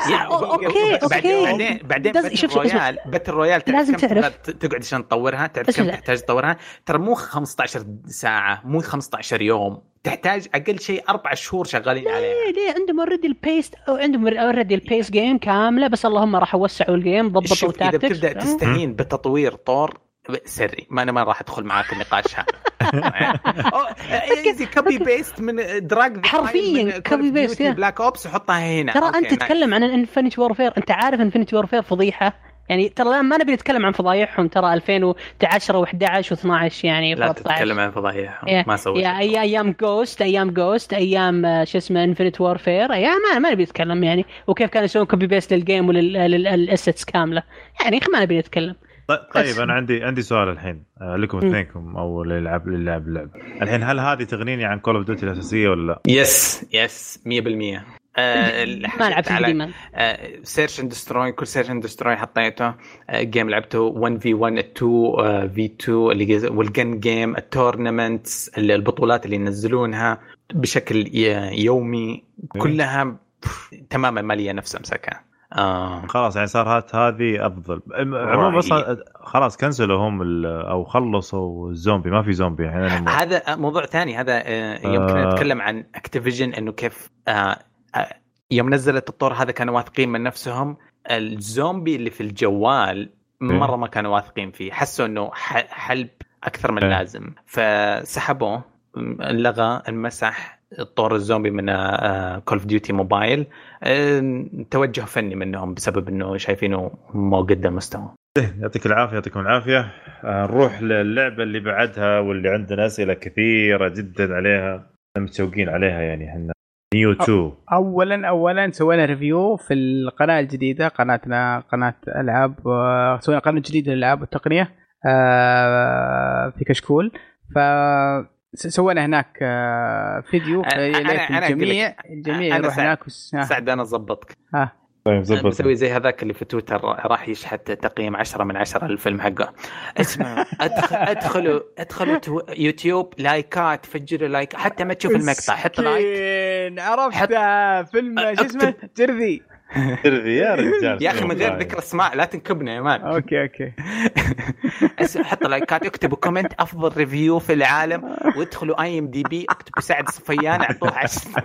اوكي. بعدين باتل رويال لازم تعرف تقعد عشان تطورها، تعرف كم تحتاج تطورها. ترى مو 15 ساعة، مو 15 يوم، تحتاج اقل شيء 4 شهور شغالين عليها. ليه عندهم اوريدي البيست، او عندهم اوريدي البيس جيم كاملة، بس اللهم راح يوسعوا الجيم، ضبطوا التاكتكس. اذا بتبدا تستهين بتطوير طور سري، ما راح ادخل معاك النقاش هذا. ايزي كوبي بيست من دراج، حرفيا كوبي بيست بلاك اوبس وحطها هنا. ترى انت تتكلم عن انفينيتي وورفير، انت عارف انفينيتي وورفير فضيحه يعني. ترى الان ما نبي نتكلم عن فضايحهم، ترى 2010 و11 و12 يعني لا تتكلم عن فضايحهم. ما سويت ايام جوست، ايام شو اسمه انفينيتي وورفير، ايام ما نبي نتكلم يعني. وكيف كانوا يسوون كوبي بيست للجيم وللاسيتس كامله يعني، ما نبي نتكلم. طيب انا عندي سؤال الحين لكم اثنينكم او للعب الحين. هل هذه تغنيني عن كول اوف ديوتي الاساسيه ولا لا؟ يس 100%. ما لعبت ديما سيرش اند دستروي. كل سيرش اند دستروي حطيته. جيم لعبته 1v1 2v2 اللي والجن جيم، التورنمنتس، البطولات اللي ينزلونها بشكل يومي كلها تماما ماليه نفس امسكها. خلاص يعني صار هذه افضل عموما. بس خلاص كنسلوا هم او خلصوا الزومبي، ما في زومبي الحين. هذا موضوع ثاني. هذا يمكن نتكلم عن اكتيفيجن، انه كيف يوم نزلت الطور هذا كانوا واثقين من نفسهم. الزومبي اللي في الجوال مره ما كانوا واثقين فيه، حسوا انه حلب اكثر من اللازم، فسحبوه، لغى المسح طور الزومبي من كول اوف ديوتي موبايل. توجه فني منهم بسبب انه شايفينه مو قد المستوى. يعطيك العافيه. يعطيكم العافيه. نروح للعبه اللي بعدها، واللي عندنا اسئله كثيره جدا عليها، متشوقين عليها يعني. احنا نيو 2 اولا سوينا ريفيو في القناه الجديده، قناتنا قناه العاب. سوينا قناه جديده للالعاب والتقنيه في كشكول. سوينا هناك فيديو. الجميع يروح هناك. سعد انا ضبطك. طيب زبط. بسوي زي هذاك اللي في تويتر راح يشحت تقييم 10 من 10 للفيلم حقه. اسمع، ادخلوا يوتيوب، لايكات، فجروا لايك، حتى ما تشوف المقطع حط لايك. عرفت فيلم شو اسمه جرذي يا رجال يا اخي من غير ذكر اسماء لا تنكبنا يا مان. اوكي حط لايكات، اكتبوا كومنت افضل ريفيو في العالم، وادخلوا IMDb اكتبوا سعد صفيان اعطوه 10.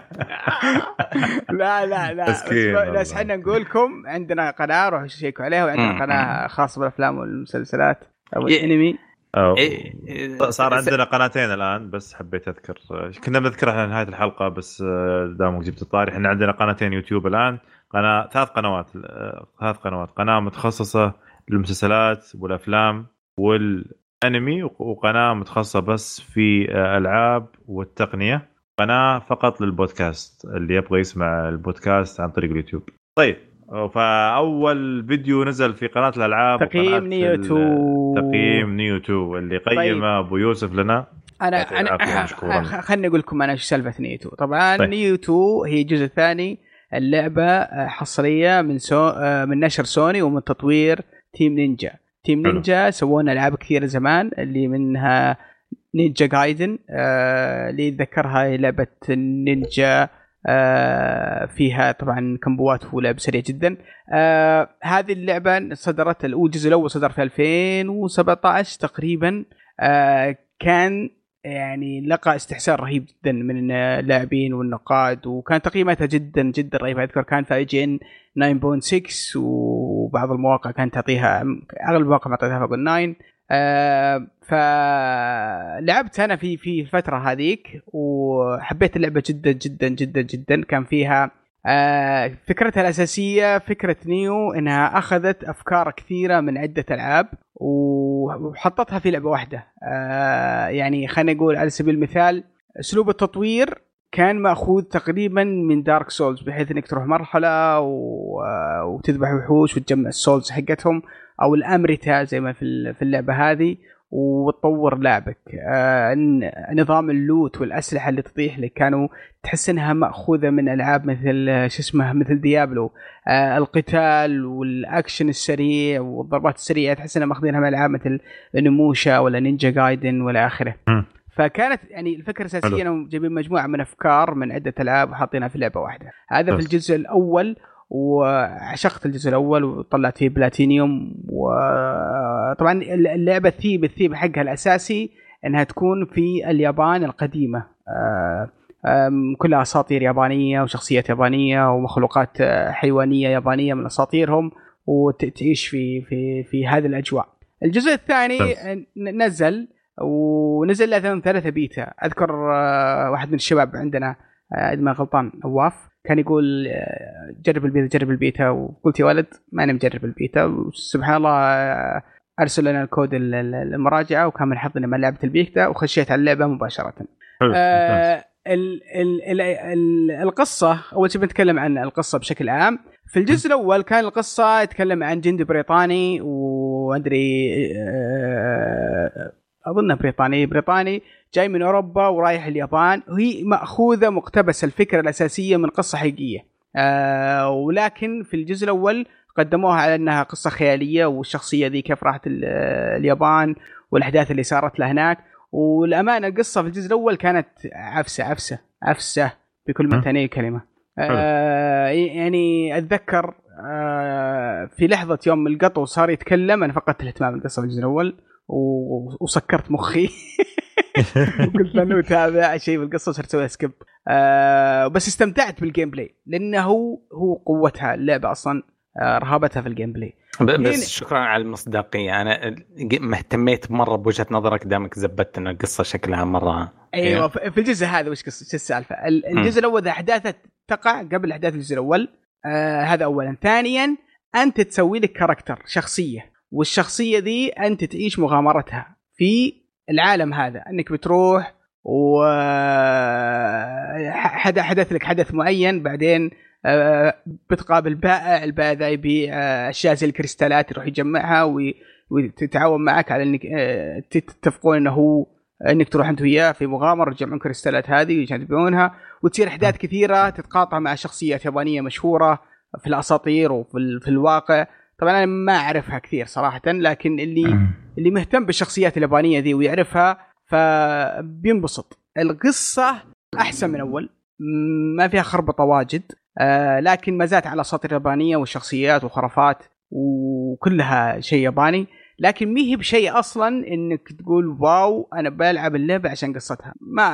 لا بس احنا نقول لكم عندنا قناه روحوا شيكوا عليها، وعندنا قناه خاصه بالافلام والمسلسلات او الانمي. صار عندنا قناتين الان، بس حبيت اذكر كنا بنذكرها على نهايه الحلقه، بس دامك جبت الطاري. احنا عندنا قناتين يوتيوب الان، ثلاث قنوات. قناه متخصصه للمسلسلات والافلام والانمي، وقناه متخصصه بس في الالعاب والتقنيه، قناه فقط للبودكاست اللي يبغى يسمع البودكاست عن طريق اليوتيوب. طيب، فاول فيديو نزل في قناه الالعاب تقييم نيو 2 اللي قيمه ابو يوسف لنا. انا خلني اقول لكم انا ايش سالفه نيو 2. طبعا نيو 2 هي الجزء الثاني. اللعبه حصريه من نشر سوني ومن تطوير تيم نينجا. سوونا العاب كثيره زمان، اللي منها نينجا جايدن اللي ذكرها لعبه نينجا، فيها طبعا كمبوات ولعب سريع جدا. هذه اللعبه صدرت الجزء الاول صدر في 2017 تقريبا. كان يعني لقى استحسان رهيب جدا من اللاعبين والنقاد، وكان تقييماتها جدا جدا رهيبه. اذكر كان في IGN 9.6، وبعض المواقع كانت تعطيها، اغلب المواقع معطيتها فوق 9. فلعبت انا في الفتره هذيك، وحبيت اللعبه جدا جدا جدا جدا. كان فيها فكرتها الاساسيه، فكره نيو، انها اخذت افكار كثيره من عده العاب وحطتها في لعبه واحده. يعني خلينا نقول على سبيل المثال اسلوب التطوير كان ماخوذ تقريبا من دارك سولز، بحيث انك تروح مرحله وتذبح وحوش وتجمع السولز حقتهم، او الامريتا زي ما في اللعبه هذه، وتطور لعبك. نظام اللوت والأسلحة اللي تطيح لك كانوا تحس انها مأخوذة من ألعاب مثل مثل ديابلو. القتال والأكشن السريع والضربات السريعة تحس انها ماخذينها من ألعاب مثل نموشا ولا نينجا جايدن ولا آخره. فكانت يعني الفكرة الأساسية انهم جايبين مجموعة من أفكار من عدة ألعاب وحاطينها في لعبة واحدة. هذا في الجزء الأول، وعشقت الجزء الأول وطلعت فيه بلاتينيوم. وطبعا اللعبة الثيم حقها الأساسي أنها تكون في اليابان القديمة، كلها أساطير يابانية وشخصيات يابانية ومخلوقات حيوانية يابانية من أساطيرهم، وتعيش في هذه الأجواء. الجزء الثاني نزل له 3 بيتا. أذكر واحد من الشباب عندنا إذا ما غلطان نواف كان يقول جرب البيتا، وقلت يا ولد ما أنا مجرب البيتا، وسبحان الله أرسل لنا الكود المراجعة وكان من حظنا ما لعبة البيتا وخشيت على اللعبة مباشرة. القصة أول شيء بنتكلم عن القصة بشكل عام. في الجزء الأول كان القصة يتكلم عن جندي بريطاني، وأدري أظن بريطاني جاي من أوروبا ورايح اليابان، وهي مأخوذة مقتبسة الفكرة الأساسية من قصة حقيقية. ولكن في الجزء الأول قدموها على أنها قصة خيالية، والشخصية ذي كيف راحت اليابان والأحداث اللي صارت له هناك. والأمانة القصة في الجزء الأول كانت عفسة بكل ما تعنيه الكلمة. يعني أتذكر في لحظة يوم من القطو صار يتكلم أنا فقدت الاهتمام بالقصة في الجزء الأول وسكرت مخي وقلت له تابع شيء بالقصة وصرت أسوي سكيب. بس استمتعت بالجيم بلاي لأنه هو قوتها اللعبة أصلا، رهابتها في الجيم بلاي. بس شكرا على المصداقية، أنا مهتميت مرة بوجهة نظرك دامك زبطت أن القصة شكلها مرة. أيوة في الجزء هذا وش السالفة؟ الجزء الأول أحداثه تقع قبل أحداث الجزء الأول. هذا أولا. ثانيا أنت تسوي لك كاركتر شخصية، والشخصية ذي أنت تعيش مغامرتها في العالم هذا، أنك بتروح حدث لك حدث معين، بعدين بتقابل بائع، البائع ذا يبيع أشياء زي الكريستالات يروح يجمعها ويتعاون معك على أنك تتفقون أنك تروح أنت وياه في مغامرة تجمعون كريستالات هذه وتبيعونها، وتصير أحداث كثيرة تتقاطع مع شخصيات يابانية مشهورة في الأساطير وفي الواقع. طبعا أنا ما أعرفها كثير صراحة، لكن اللي مهتم بالشخصيات اليابانية ذي ويعرفها فبينبسط. القصة أحسن من أول، ما فيها خربطة واجد، لكن ما زالت على أساطير يابانية والشخصيات وخرافات وكلها شيء ياباني، لكن ما هي بشيء أصلا إنك تقول واو أنا بلعب اللعبة عشان قصتها.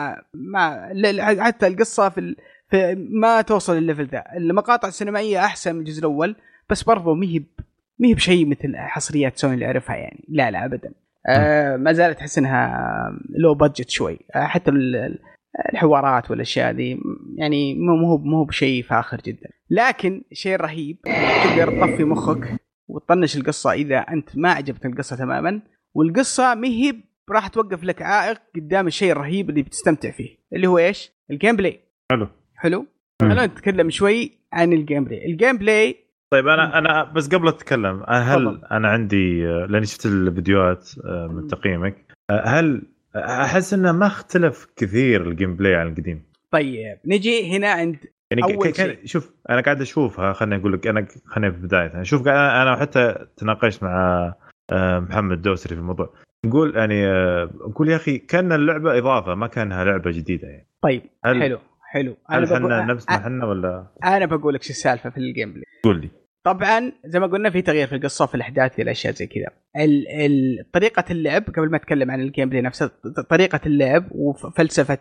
ما حتى القصة في ما توصل الليفل ذا. المقاطع السينمائية أحسن من الجزء الأول، بس برضو ما هي بشيء مثل حصريات سوني اللي أعرفها يعني. لا أبدا. ما زالت تحس إنها لو بادجت شوي. حتى الحوارات والأشياء دي يعني مو بشيء فاخر جدا، لكن شيء رهيب تقدر تطفي مخك وتطنش القصة إذا أنت ما عجبت القصة تماما. والقصة ما هي راح توقف لك عائق قدام الشيء الرهيب اللي بتستمتع فيه، اللي هو إيش؟ الجيم بلاي. حلو. خلينا نتكلم شوي عن الجيم بلاي. طيب أنا بس قبل أتكلم، هل أنا عندي لأني شفت الفيديوهات من تقييمك، هل أحس إنه ما اختلف كثير الجيم بلاي عن القديم؟ طيب نجي هنا عند يعني شوف أنا قاعد أشوفها، خليني أقول لك خليني في بداية أنا شوف أنا حتى تناقشت مع محمد دوسري في الموضوع، نقول يعني نقول يا أخي كان اللعبة إضافة ما كانها لعبة جديدة يعني. طيب حلو. هل حنا نفس ما حنا ولا؟ أنا بقول لك شو السالفة في الجيم بلاي. قول لي. طبعا زي ما قلنا في تغيير في القصة في الأحداث في الأشياء زي كذا. طريقة اللعب قبل ما أتكلم عن الجيم بلاي نفسه، طريقة اللعب وفلسفة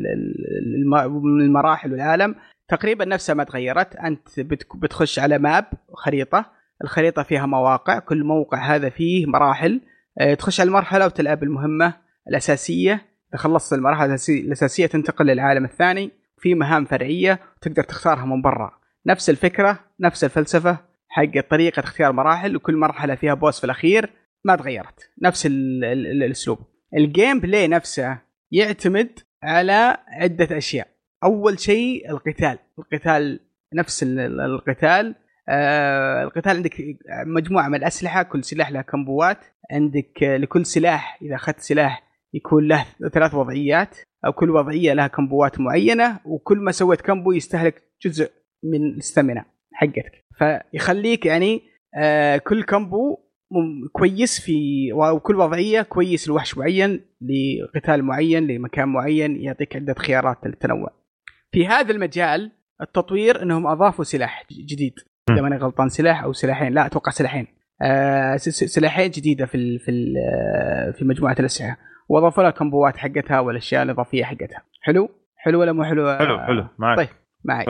المراحل والعالم تقريبا نفسها ما تغيرت. أنت بتخش على ماب خريطة، الخريطة فيها مواقع، كل موقع هذا فيه مراحل، تخش على المرحلة وتلعب المهمة الأساسية. خلصت المرحلة الأساسية تنتقل للعالم الثاني، في مهام فرعية تقدر تختارها من برا. نفس الفكرة نفس الفلسفة حق طريقة اختيار مراحل، وكل مرحلة فيها بوس في الأخير ما تغيرت، نفس الأسلوب. الجيم بلاي نفسه يعتمد على عدة أشياء. أول شيء القتال نفس القتال القتال عندك مجموعة من الأسلحة، كل سلاح له كمبوات. عندك لكل سلاح إذا أخذت سلاح يكون له 3 وضعيات، أو كل وضعية لها كمبوات معينة، وكل ما سويت كمبو يستهلك جزء من الاستامينا حقتك، فيخليك يعني كل كمبو كويس في، وكل وضعية كويس لوحش معين، لقتال معين، لمكان معين، يعطيك عدة خيارات للتنوع. في هذا المجال التطوير انهم اضافوا سلاح جديد، اذا ماني غلطان سلاح او سلاحين، لا اتوقع سلاحين، سلاحين جديده في مجموعه الاسلحه، واضافوا لها كمبوات حقتها والاشياء الاضافيه حقتها. حلو ولا مو حلو؟ حلو معك. طيب معي.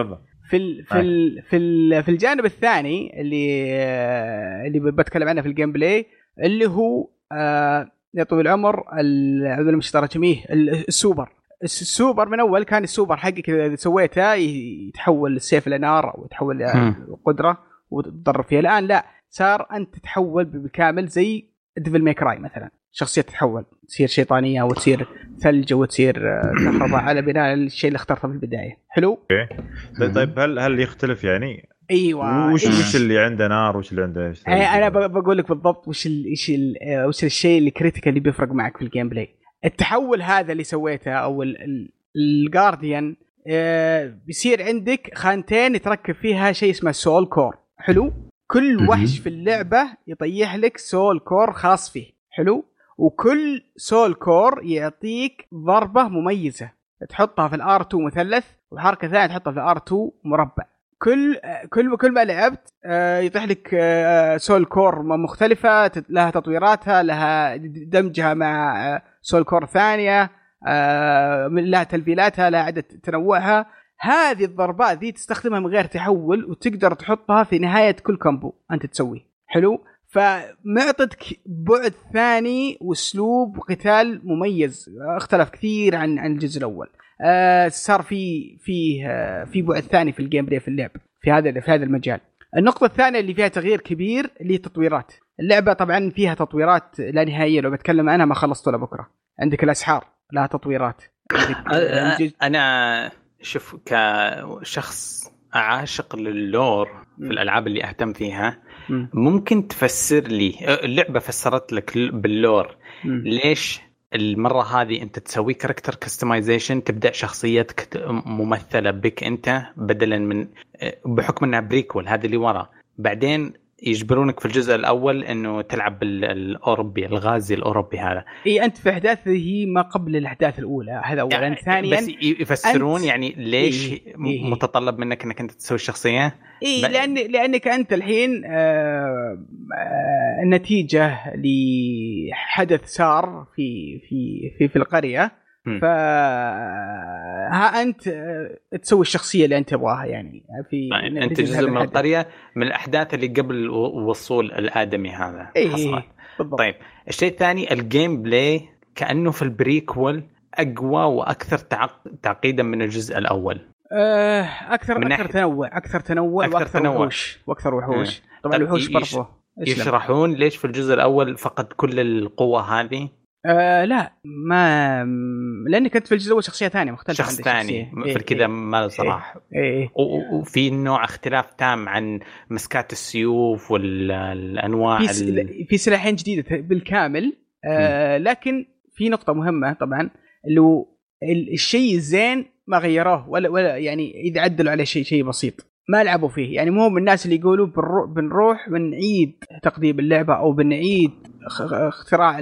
في الجانب الثاني اللي بتكلم عنه في الجيم بلاي، اللي هو يا طويل العمر اعوذ مش ترجميه، السوبر من اول كان السوبر حقك اذا سويته يتحول السيف لنار او يتحول قدره وتضرب فيها. الان لا، صار انت تتحول بالكامل زي ديفل ماي كراي مثلا، شخصيه تتحول تصير شيطانيه وتصير ثلج وتصير كهرباء على بناء الشيء اللي اخترته في البدايه. حلو. طيب هل يختلف يعني؟ ايوه. وش اللي عنده نار وش اللي عنده انا بقول لك بالضبط وش الشيء اللي كريتيكال اللي بيفرق معك في الجيم بلاي. التحول هذا اللي سويته او الجارديان، بيصير عندك خانتين يتركب فيها شيء اسمه سول كور. حلو. كل وحش في اللعبة يطيح لك سول كور خاص فيه. حلو. وكل سول كور يعطيك ضربة مميزة تحطها في الR2 مثلث، وحركة ثانية تحطها في الR2 مربع. كل ما لعبت يطيح لك سول كور مختلفة، لها تطويراتها، لها دمجها مع سول كور ثانية، لها تلفيلاتها، لها عدة تنوعها. هذه الضربات ذي تستخدمها من غير تحول، وتقدر تحطها في نهاية كل كامبو أنت تسويه. حلو. فمعطتك بعد ثاني واسلوب قتال مميز، اختلف كثير عن الجزء الأول. صار في بعد ثاني في الجيم بلاي في اللعب في هذا المجال. النقطة الثانية اللي فيها تغيير كبير اللي تطويرات اللعبة. طبعا فيها تطويرات لا نهائية، لو بتكلم أنا ما خلصت ولا بكرة. عندك الأسحار لها تطويرات. أنا شوف كشخص عاشق لللور في الألعاب اللي أهتم فيها، ممكن تفسر لي اللعبة فسرت لك باللور ليش المرة هذه أنت تسوي كاركتر كستمايزيشن، تبدأ شخصيتك ممثلة بك أنت بدلا من بحكم أنها بريكول هذا اللي ورا، بعدين يجبرونك في الجزء الأول أنه تلعب بالأوروبي الغازي الأوروبي هذا. إيه أنت في أحداثه ما قبل الأحداث الأولى، هذا أولا. يعني ثانيا بس يفسرون يعني ليش متطلب منك أنك أنت تسوي الشخصية. إيه لأنك أنت الحين النتيجة لحدث صار في القرية، فها أنت تسوي الشخصية اللي أنت تبغاها. يعني أنت جزء من القرية من الأحداث اللي قبل وصول الآدمي هذا حصل. طيب الشيء الثاني الجيم بلاي كأنه في البريكول أقوى وأكثر تعقيدا من الجزء الأول. أكثر تنوع وأكثر وحوش. طبعا الوحوش برضو يشرحون ليش في الجزء الأول فقد كل القوة هذه. لا ما لأنك كنت في الجزء الأول شخصية ثانية مختلفة، شخص ثاني في كذا ما صراحة. وفي نوع اختلاف تام عن مسكات السيوف والأنواع في سلاحين جديدة بالكامل. لكن في نقطة مهمة طبعا، اللي الشيء الزين ما غيروه ولا يعني إذا عدلوا على شيء بسيط ما لعبوا فيه. يعني مو من الناس اللي يقولوا بنروح بنعيد تقديم اللعبة أو بنعيد اختراع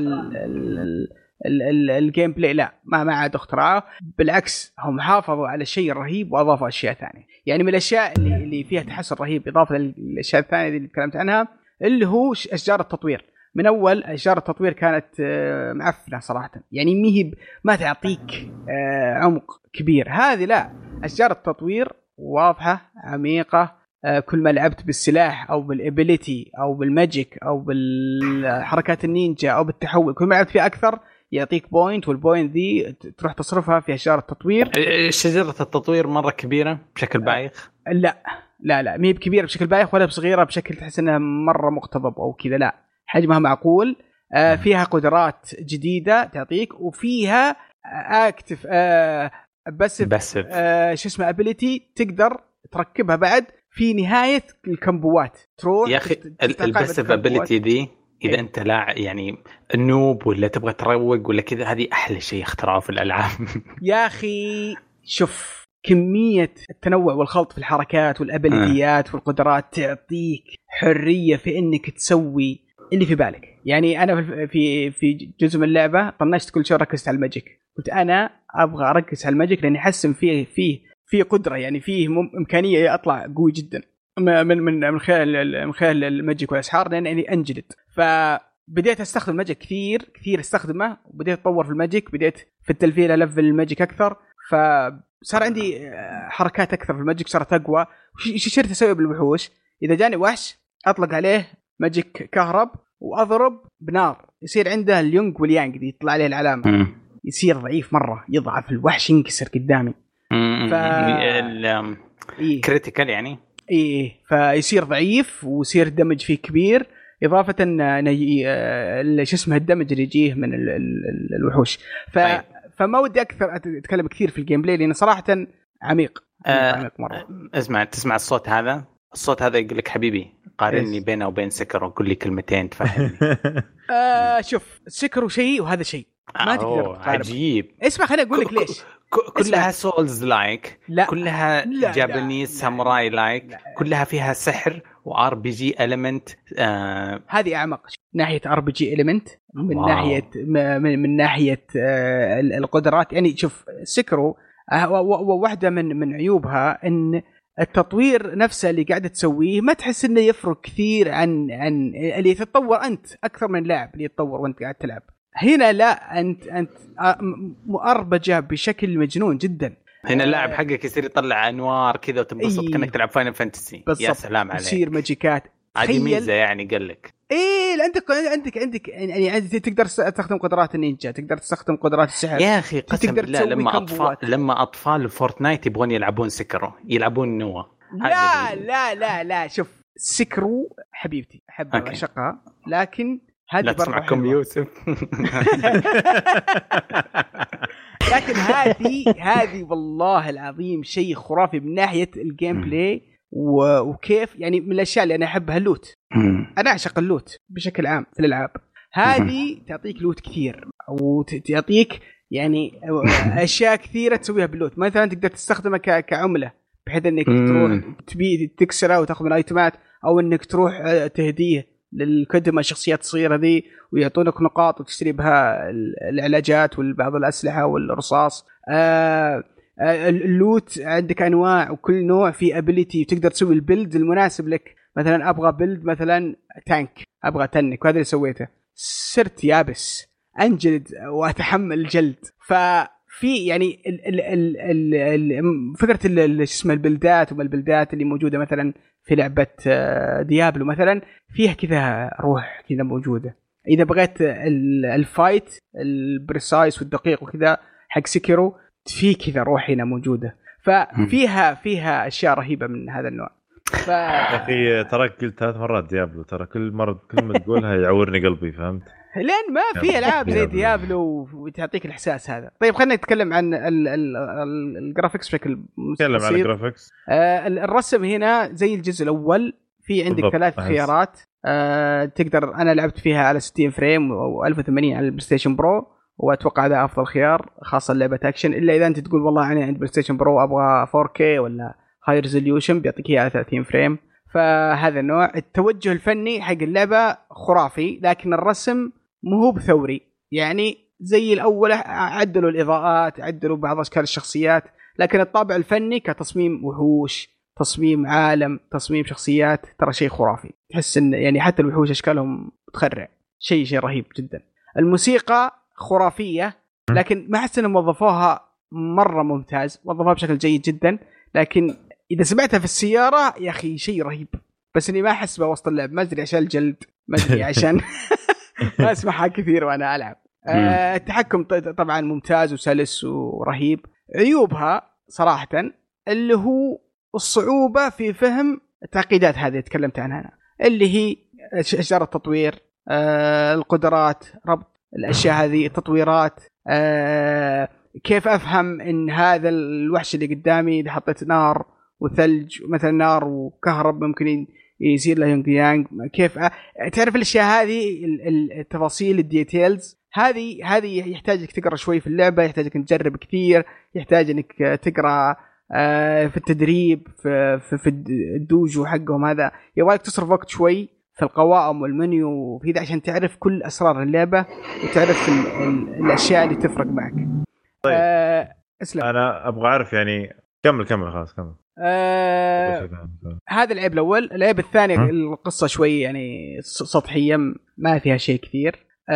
الجيم بلاي. لا ما عاد اختراعه، بالعكس هم حافظوا على الشيء الرهيب وأضافوا أشياء ثانية. يعني من الأشياء اللي فيها تحسن رهيب إضافة للأشياء الثانية اللي تكلمت عنها، اللي هو أشجار التطوير. من أول أشجار التطوير كانت معفنة صراحة، يعني ما تعطيك عمق كبير. هذه لا، أشجار التطوير واضحة عميقة. كل ما لعبت بالسلاح أو بالإبيليتي أو بالماجيك أو بالحركات النينجا أو بالتحول، كل ما لعبت فيه أكثر يعطيك بوينت، والبوينت دي تروح تصرفها في أشجار التطوير. شجرة التطوير مرة كبيرة بشكل بايخ؟ لا ما هي بكبيرة بشكل بايخ ولا بصغيرة بشكل تحس أنها مرة مقتضب أو كذا. لا، حجمها معقول. فيها قدرات جديدة تعطيك، وفيها اكتف بس شو اسمه ابيليتي تقدر تركبها بعد في نهايه الكمبوات تروح يا اخي الباسيف ابيليتي دي اذا انت لاعب يعني النوب ولا تبغى تروق ولا كذا، هذه احلى شيء اخترعوه في الالعاب. يا اخي شوف كميه التنوع والخلط في الحركات والابيليتيات والقدرات تعطيك حريه في انك تسوي اللي في بالك. يعني انا في جزء من اللعبه طنشت كل شيء ركزت على الماجيك، قلت انا ابغى اركز على الماجيك لاني احسن فيه قدره، يعني فيه امكانيه اطلع قوي جدا من خلال الماجيك والاسحار لاني انجلد. فبديت استخدم الماجيك كثير استخدمه، وبديت اتطور في الماجيك، بديت في التلفيل الفل الماجيك اكثر، فصار عندي حركات اكثر في الماجيك، صارت اقوى. وش صرت اسوي بالوحوش؟ اذا جاني وحش اطلق عليه ماجيك كهرب واضرب بنار، يصير عنده اليونغ واليانغ دي يطلع عليه العلامه، يصير ضعيف مره، يضعف الوحش ينكسر قدامي. كريتيكال يعني فيصير ضعيف ويصير الدمج فيه كبير، إضافة شو اسمه الدمج اللي يجيه من الوحوش. فما ودي أكثر أتكلم كثير في الجيم بلاي لأنه صراحة عميق مرة. تسمع الصوت هذا يقول لك حبيبي قارني بينه وبين سكر وقول لي كلمتين تفهمني. شوف سكر شيء وهذا شيء ما تقدر تقارن. عجيب. اسمع خليني أقول لك ليش. كلها سولز لايك، كلها جابانيز ساموراي لايك، كلها فيها سحر وار بي جي اليمنت. هذه اعمق ناحيه ار بي جي اليمنت من ناحيه القدرات. يعني شوف سكرو واحده من عيوبها ان التطوير نفسه اللي قاعده تسويه ما تحس انه يفرق كثير عن اللي تتطور انت اكثر من اللاعب اللي يتطور وانت قاعد تلعب. هنا لا، انت مؤربجه بشكل مجنون جدا. هنا اللاعب حقك يصير يطلع انوار كذا وتنبسط كأنك تلعب فاينل فانتسي. يا سلام عليك، يصير ماجيكات. هذه ميزه يعني قال لك عندك يعني تقدر تستخدم قدرات النينجا، تقدر تستخدم قدرات السحر. يا اخي قسم بالله لما اطفال فورتنايت يبغون يلعبون سكرو يلعبون نوا. لا شوف سكرو حبيبتي احب اعشقها، لكن لا تسمعكم يوسف. لكن هذه والله العظيم شيء خرافي من ناحية الجيم بلاي وكيف. يعني من الأشياء اللي أنا أحبها اللوت. أنا أعشق اللوت بشكل عام في الألعاب. هذه تعطيك لوت كثير وتعطيك يعني أشياء كثيرة تسويها باللوت. مثلا تقدر تستخدمها كعملة بحيث أنك تروح تبي تكسرها وتأخذ من الأيتمات، أو أنك تروح تهديه للكدمة شخصيات صغيرة ذي ويعطونك نقاط وتشتري بها العلاجات والبعض الأسلحة والرصاص. اللوت عندك أنواع وكل نوع فيه ابيليتي وتقدر تسوي البيلد المناسب لك. مثلا أبغى بيلد مثلا تانك، أبغى تنك، وهذا اللي سويته. صرت يابس أنجلد وأتحمل الجلد. ففي يعني فكرة اسمها البلدات وما البلدات اللي موجودة مثلا في لعبة ديابلو مثلا فيها كذا روح كذا موجودة. إذا بغيت الفايت البريسايس والدقيق وكذا حق سكيرو في كذا روح هنا موجودة. فيها أشياء رهيبة من هذا النوع. يا أخي ترى قلت 3 مرات ديابلو، ترى كل مرة كلمة تقولها يعورني قلبي، فهمت؟ لأن ما في ألعاب زي ديابلو وتعطيك الإحساس هذا. طيب خلينا نتكلم عن الجرافيكس بشكل نتكلم عن الجرافيكس. الرسم هنا زي الجزء الأول، في عندك 3 خيارات. تقدر، أنا لعبت فيها على 60 فريم و1080 على البلاي ستيشن برو، وأتوقع هذا أفضل خيار خاصة لعبة أكشن. إلا إذا أنت تقول والله أنا عند بلاي ستيشن برو أبغى 4K ولا هاي ريزوليوشن بيعطيك إياه على 30 فريم. فهذا النوع. التوجه الفني حق اللعبة خرافي، لكن الرسم مو بثوري. يعني زي الأول عدلوا الإضاءات، عدلوا بعض أشكال الشخصيات، لكن الطابع الفني كتصميم وحوش، تصميم عالم، تصميم شخصيات، ترى شيء خرافي. تحس إن يعني حتى الوحوش أشكالهم تخرع، شيء رهيب جدا. الموسيقى خرافية، لكن ما أحس إنهم وظفوها مرة ممتاز، وظفوها بشكل جيد جدا. لكن إذا سمعتها في السيارة يا أخي شيء رهيب، بس إني ما أحس بوسط اللعب. ما أدري عشان الجلد، ما أدري عشان ما أسمعها كثير وأنا ألعب. التحكم طبعا ممتاز وسلس ورهيب. عيوبها صراحة اللي هو الصعوبة في فهم التعقيدات هذه تكلمت عنها أنا، اللي هي أشجار التطوير، القدرات، ربط الأشياء هذه، التطويرات. كيف أفهم إن هذا الوحش اللي قدامي إذا حطيت نار وثلج مثلا، نار وكهرب ممكن يصير له يونغ يانغ. كيف تعرف الاشياء هذه، التفاصيل الديتيلز هذه يحتاجك تقرا شوي في اللعبه، يحتاجك تجرب كثير، يحتاج انك تقرا في التدريب في الدوجو حقهم. هذا يبغاك تصرف وقت شوي في القوائم والمنيو وفي ذا عشان تعرف كل اسرار اللعبه وتعرف الاشياء اللي تفرق معك. طيب اسلم. انا ابغى اعرف يعني كمل خلاص كمل. هذا العيب الاول. العيب الثاني القصه شوي يعني سطحيه، ما فيها شيء كثير.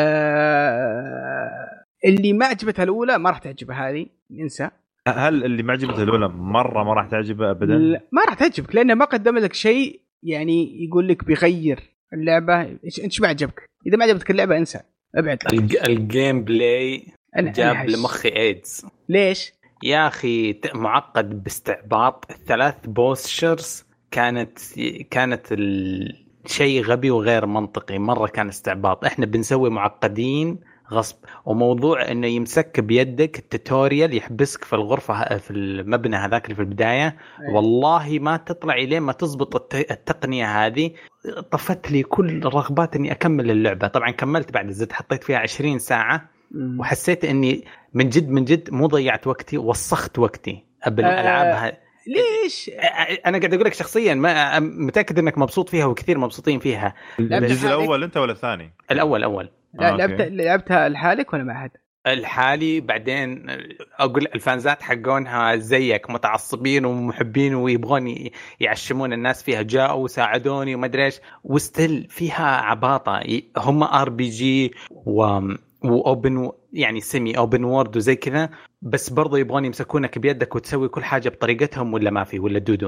اللي ما عجبتها الاولى ما راح تعجبها هذه، انسى. هل اللي ما عجبتها الاولى مره ما راح تعجبها ابدا؟ لا ما راح تعجبك لانه ما قدم لك شيء يعني يقول لك بيغير اللعبه. انت ما عجبك، اذا ما عجبتك اللعبه انسى ابعد. الجيم بلاي جاب لمخي ايدز. ليش يا اخي؟ معقد باستعباط. 3 بوستشرز كانت الشيء غبي وغير منطقي مره، كان استعباط. احنا بنسوي معقدين غصب. وموضوع انه يمسك بيدك التوتوريال يحبسك في الغرفه في المبنى هذاك اللي في البدايه، والله ما تطلع الين ما تزبط التقنيه هذه. طفت لي كل رغبات اني اكمل اللعبه. طبعا كملت بعد الزد، حطيت فيها 20 ساعه وحسيت اني من جد مو ضيعت وقتي، وسخت وقتي بالالعاب. ليش؟ انا قاعد اقول لك شخصيا ما متاكد انك مبسوط فيها وكثير مبسوطين فيها. الجزء الاول انت ولا الثاني؟ الاول. لعبتها لحالك ولا مع أحد؟ الحالي. بعدين اقول الفانزات حقونها زيك متعصبين ومحبين ويبغون يعشمون الناس فيها، جاءوا وساعدوني وما ادري ايش، وستيل فيها عباطه. هم RPG واوبن يعني سيمي اوبن وورد وزي كذا، بس برضو يبغون يمسكونك بيدك وتسوي كل حاجه بطريقتهم ولا ما في ولا دودو.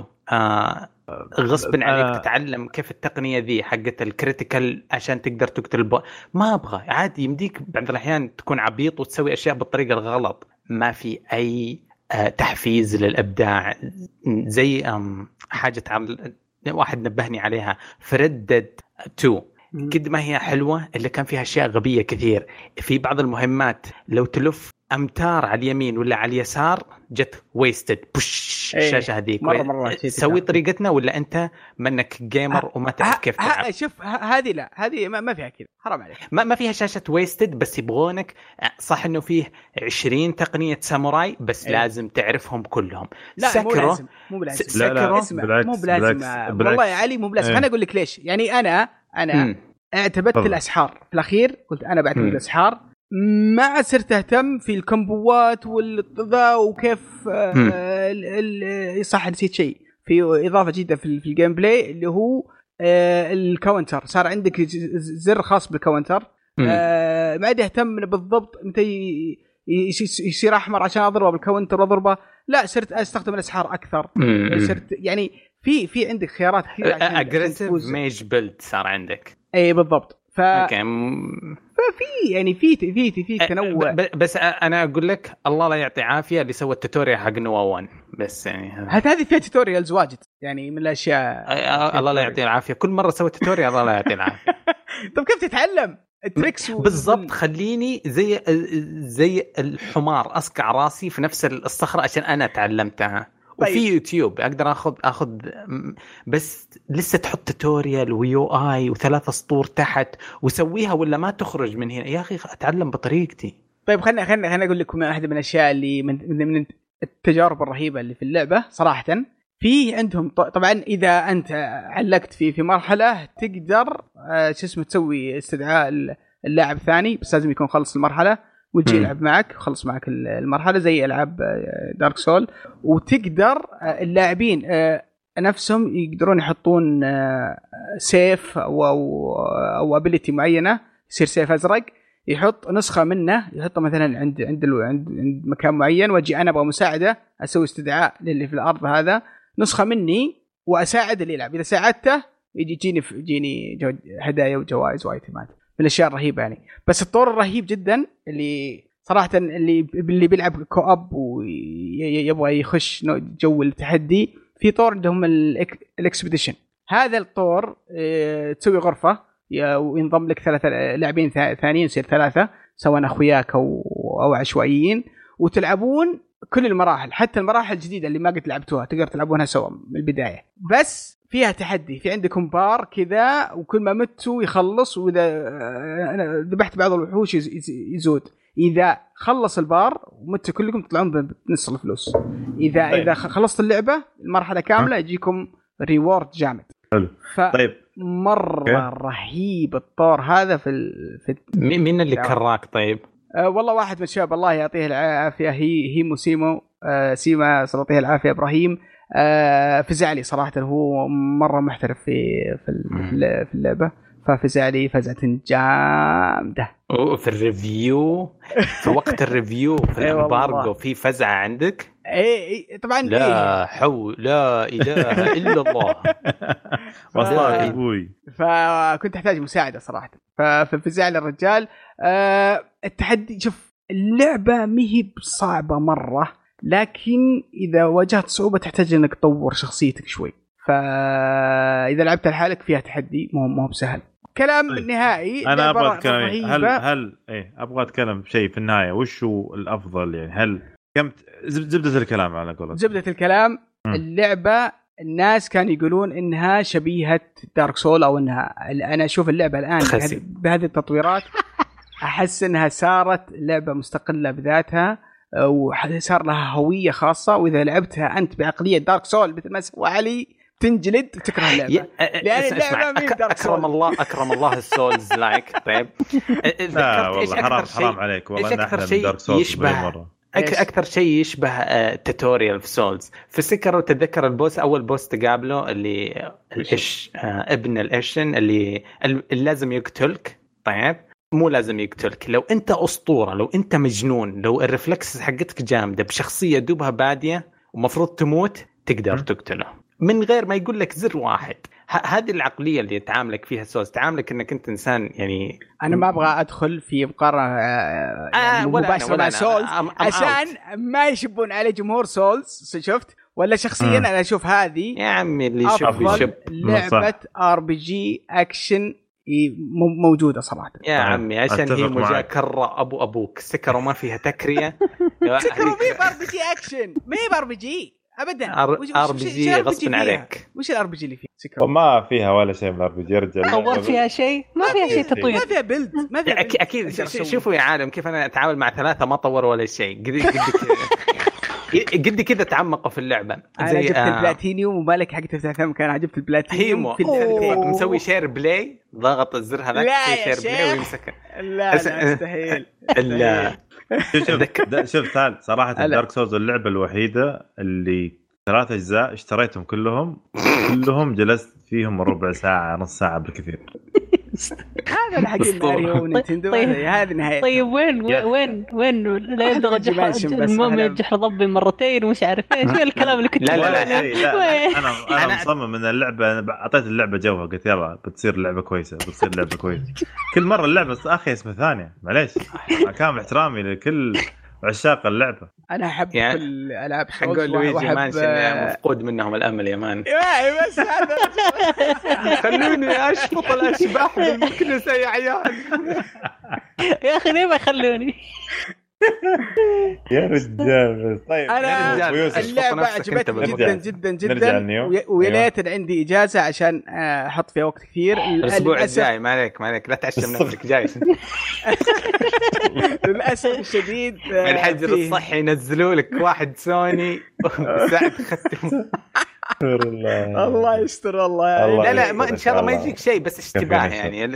غصب عليك تتعلم كيف التقنيه ذي حقت الكريتيكال عشان تقدر تقتل ما ابغى عادي. يمديك بعض الاحيان تكون عبيط وتسوي اشياء بالطريقه الغلط. ما في اي تحفيز للابداع. زي حاجه واحد نبهني عليها، فردد 2 قد ما هي حلوة اللي كان فيها أشياء غبية كثير. في بعض المهمات لو تلف أمتار على اليمين ولا على اليسار جت ويستد بوش الشاشة هذيك. مرة تسوي طريقتنا ولا أنت منك جيمر وما تعرف كيف تلعب؟ شوف هذه لا، هذه ما فيها كذا، حرام عليك. ما فيها شاشة ويستد، بس يبغونك صح إنه فيه 20 تقنية ساموراي بس لازم تعرفهم كلهم. لا مو بلازم. لا مو بلازم والله يا علي، مو بلازم. أنا أقول لك ليش. يعني أنا اعتبرت الأسحار في الأخير، قلت أنا بعتمد الأسحار، ما صرت أهتم في الكمبوات والذا وكيف صح. نسيت شيء في إضافة جديدة في الجيم بلاي اللي هو الكاونتر. صار عندك زر خاص بالكاونتر. ما عاد أهتم بالضبط متى يصير أحمر عشان أضربه بالكاونتر وأضربه. لا صرت أستخدم الأسحار أكثر. صرت يعني في عندك خيارات كثيرة. أجريسيف ميج بيلد صار عندك. أي بالضبط. ففي يعني في تنوع. بس انا اقول لك الله لا يعطي عافيه اللي سوى التوتوريال حق نوا 1. بس يعني هذه فيها توتوريالز واجد يعني من الاشياء. الله لا يعطي العافيه، كل مره سوى توتوريال الله لا يعطي العافيه. طب كيف تتعلم التريكس بالضبط؟ خليني زي الحمار اسقع راسي في نفس الصخره عشان انا تعلمتها. طيب. وفي يوتيوب اقدر اخذ بس لسه تحط توتوريال ويو اي وثلاث سطور تحت وسويها ولا ما تخرج من هنا. يا اخي اتعلم بطريقتي. طيب خلينا اقول لكم واحده من الاشياء اللي من التجارب الرهيبه اللي في اللعبه صراحه. في عندهم طبعا اذا انت علقت في مرحله تقدر تسوي استدعاء اللاعب الثاني، بس لازم يكون خلص المرحله ويجي يلعب معك، خلص معك المرحله زي العاب دارك سول. وتقدر اللاعبين نفسهم يقدرون يحطون سيف او ابيليتي معينه، يصير سيف ازرق، يحط نسخه منه، يحطه مثلا عند مكان معين، واجي انا ابغى مساعده اسوي استدعاء للي في الارض هذا، نسخه مني واساعد اللي يلعب. اذا ساعدته يجيني هدايا وجوائز وايتمات من الاشياء الرهيبه يعني. بس الطور الرهيب جدا اللي صراحه اللي بيلعب كواب ويبغى يخش جو التحدي، في طور عندهم الاكسبيديشن. هذا الطور تسوي غرفه وينضم لك 3 لاعبين ثانيين، يصير 3 سواء اخوياك او عشوائيين، وتلعبون كل المراحل، حتى المراحل الجديده اللي ما قد لعبتوها تقدر تلعبونها سوا من البدايه، بس فيها تحدي. في عندكم بار كذا وكل ما متوا يخلص، واذا انا ذبحت بعض الوحوش يزود. اذا خلص البار ومتوا كلكم تطلعون بنص الفلوس. اذا خلصت اللعبه المرحله كامله يجيكم ريورد جامد. حلو. طيب مره رهيب الطور هذا في مين اللي كراك؟ طيب والله واحد من الشباب الله يعطيه العافيه، هي سيما الله يعطيه العافيه، ابراهيم فزعلي صراحه، هو مره محترف في اللعبه، ففزعلي فزعه جامده. وفي الريفيو في وقت الريفيو في الامبارجو في فزعه عندك؟ اي طبعا. لا حول لا اله الا الله. والله ابوي، فكنت احتاج مساعده صراحه، ففزع لي الرجال. التحدي، شوف اللعبه مهي صعبه مره، لكن اذا واجهت صعوبه تحتاج انك تطور شخصيتك شوي، فاذا لعبت لحالك فيها تحدي مو بسهل. كلام نهائي. انا ابغى اتكلم، هل ابغى اتكلم شيء في النهايه، وش هو الافضل يعني؟ هل كم زبده الكلام على قولتك؟ زبده الكلام اللعبه الناس كانوا يقولون انها شبيهه دارك سول، او انها، انا اشوف اللعبه الان بهذه التطويرات احس انها صارت لعبه مستقله بذاتها، وصار لها هويه خاصه، واذا لعبتها انت بعقليه دارك سول مثل ما سوى علي تنجلد تكره اللعبه، لان اللعبه من دارك سول. اكرم الله السولز لايك. طيب لا والله حرام عليك والله، ان احنا من دارك سولز مره. اكثر شيء يشبه توتوريال في سولز. في سكر وتذكر البوس، اول بوس تقابله اللي ايش ابن الاشن اللي لازم يقتلك. طيب مو لازم يقتلك، لو انت اسطوره، لو انت مجنون، لو الرفلكس حقتك جامده بشخصيه دوبها باديه ومفروض تموت، تقدر تقتله من غير ما يقول لك زر واحد. هذه العقليه اللي تعاملك فيها سولز، تعاملك انك انت انسان يعني. انا ما ابغى ادخل في مقارنه يعني مباشره مع سولز عشان ما يشبون على جمهور سولز، شفت؟ ولا شخصيا انا اشوف هذه يا عمي اللي يشوف لعبه RPG اكشن موجوده صراحه يا عمي، عشان هي مجاكره ابوك سكر وما فيها تكريه. سكر مي RPG اكشن، مي RPG ابدا. RPG غصب عليك. وش الRPG اللي فيه سكر؟ وما فيها ولا شيء من الRPG يا رجال. ما فيها شيء، ما فيها شيء تطوير، ما فيها بيلد، ما فيها اكيد. شوفوا يا عالم كيف انا اتعامل مع ثلاثه ما طوروا ولا شيء. قد كذا تعمقوا في اللعبه. انا جبت البلاتينيوم ومالك حقته في ثلاث مكان، جبت البلاتينيوم مسوي شير بلاي، ضغط الزر هذاك شير بلاي ويمسكه. لا مستحيل. لا شوف تعال صراحه دارك سولز اللعبه الوحيده اللي 3 أجزاء اشتريتهم كلهم جلست فيهم ربع ساعه نص ساعه بالكثير. هذا الحق ماريو ونينتندو. هذه نهاية. طيب وين لا يدرج المهم يجح ضبي مرتين ومش عارف ايش الكلام اللي كنت. لا انا مصمم ان اللعبه، اعطيت اللعبه جوها، قلت يلا بتصير لعبه كويسه، كل مره اللعبه اخي اسمها ثانيه، معليش كامل احترامي لكل عشاق اللعبه. انا احب يعني كل العاب حق لويجي مانشن مفقود منهم الامل يا مان. بس هذا خلوني اشفط الاشباح بالمكنسه يا عيال. يا اخي ليه ما يخلوني يا رجال. طيب انا اللعبه عجبتني جدا ويا ليت عندي اجازه عشان احط فيها وقت كثير. الاسبوع الجاي ما عليك لا تعشم نفسك جاي. للاسف الشديد الحجر الصحي ينزلوا لك واحد سوني ساعد ختم. الله يستر والله. لا ما ان شاء الله ما يجيك شيء، بس اشتباه يعني.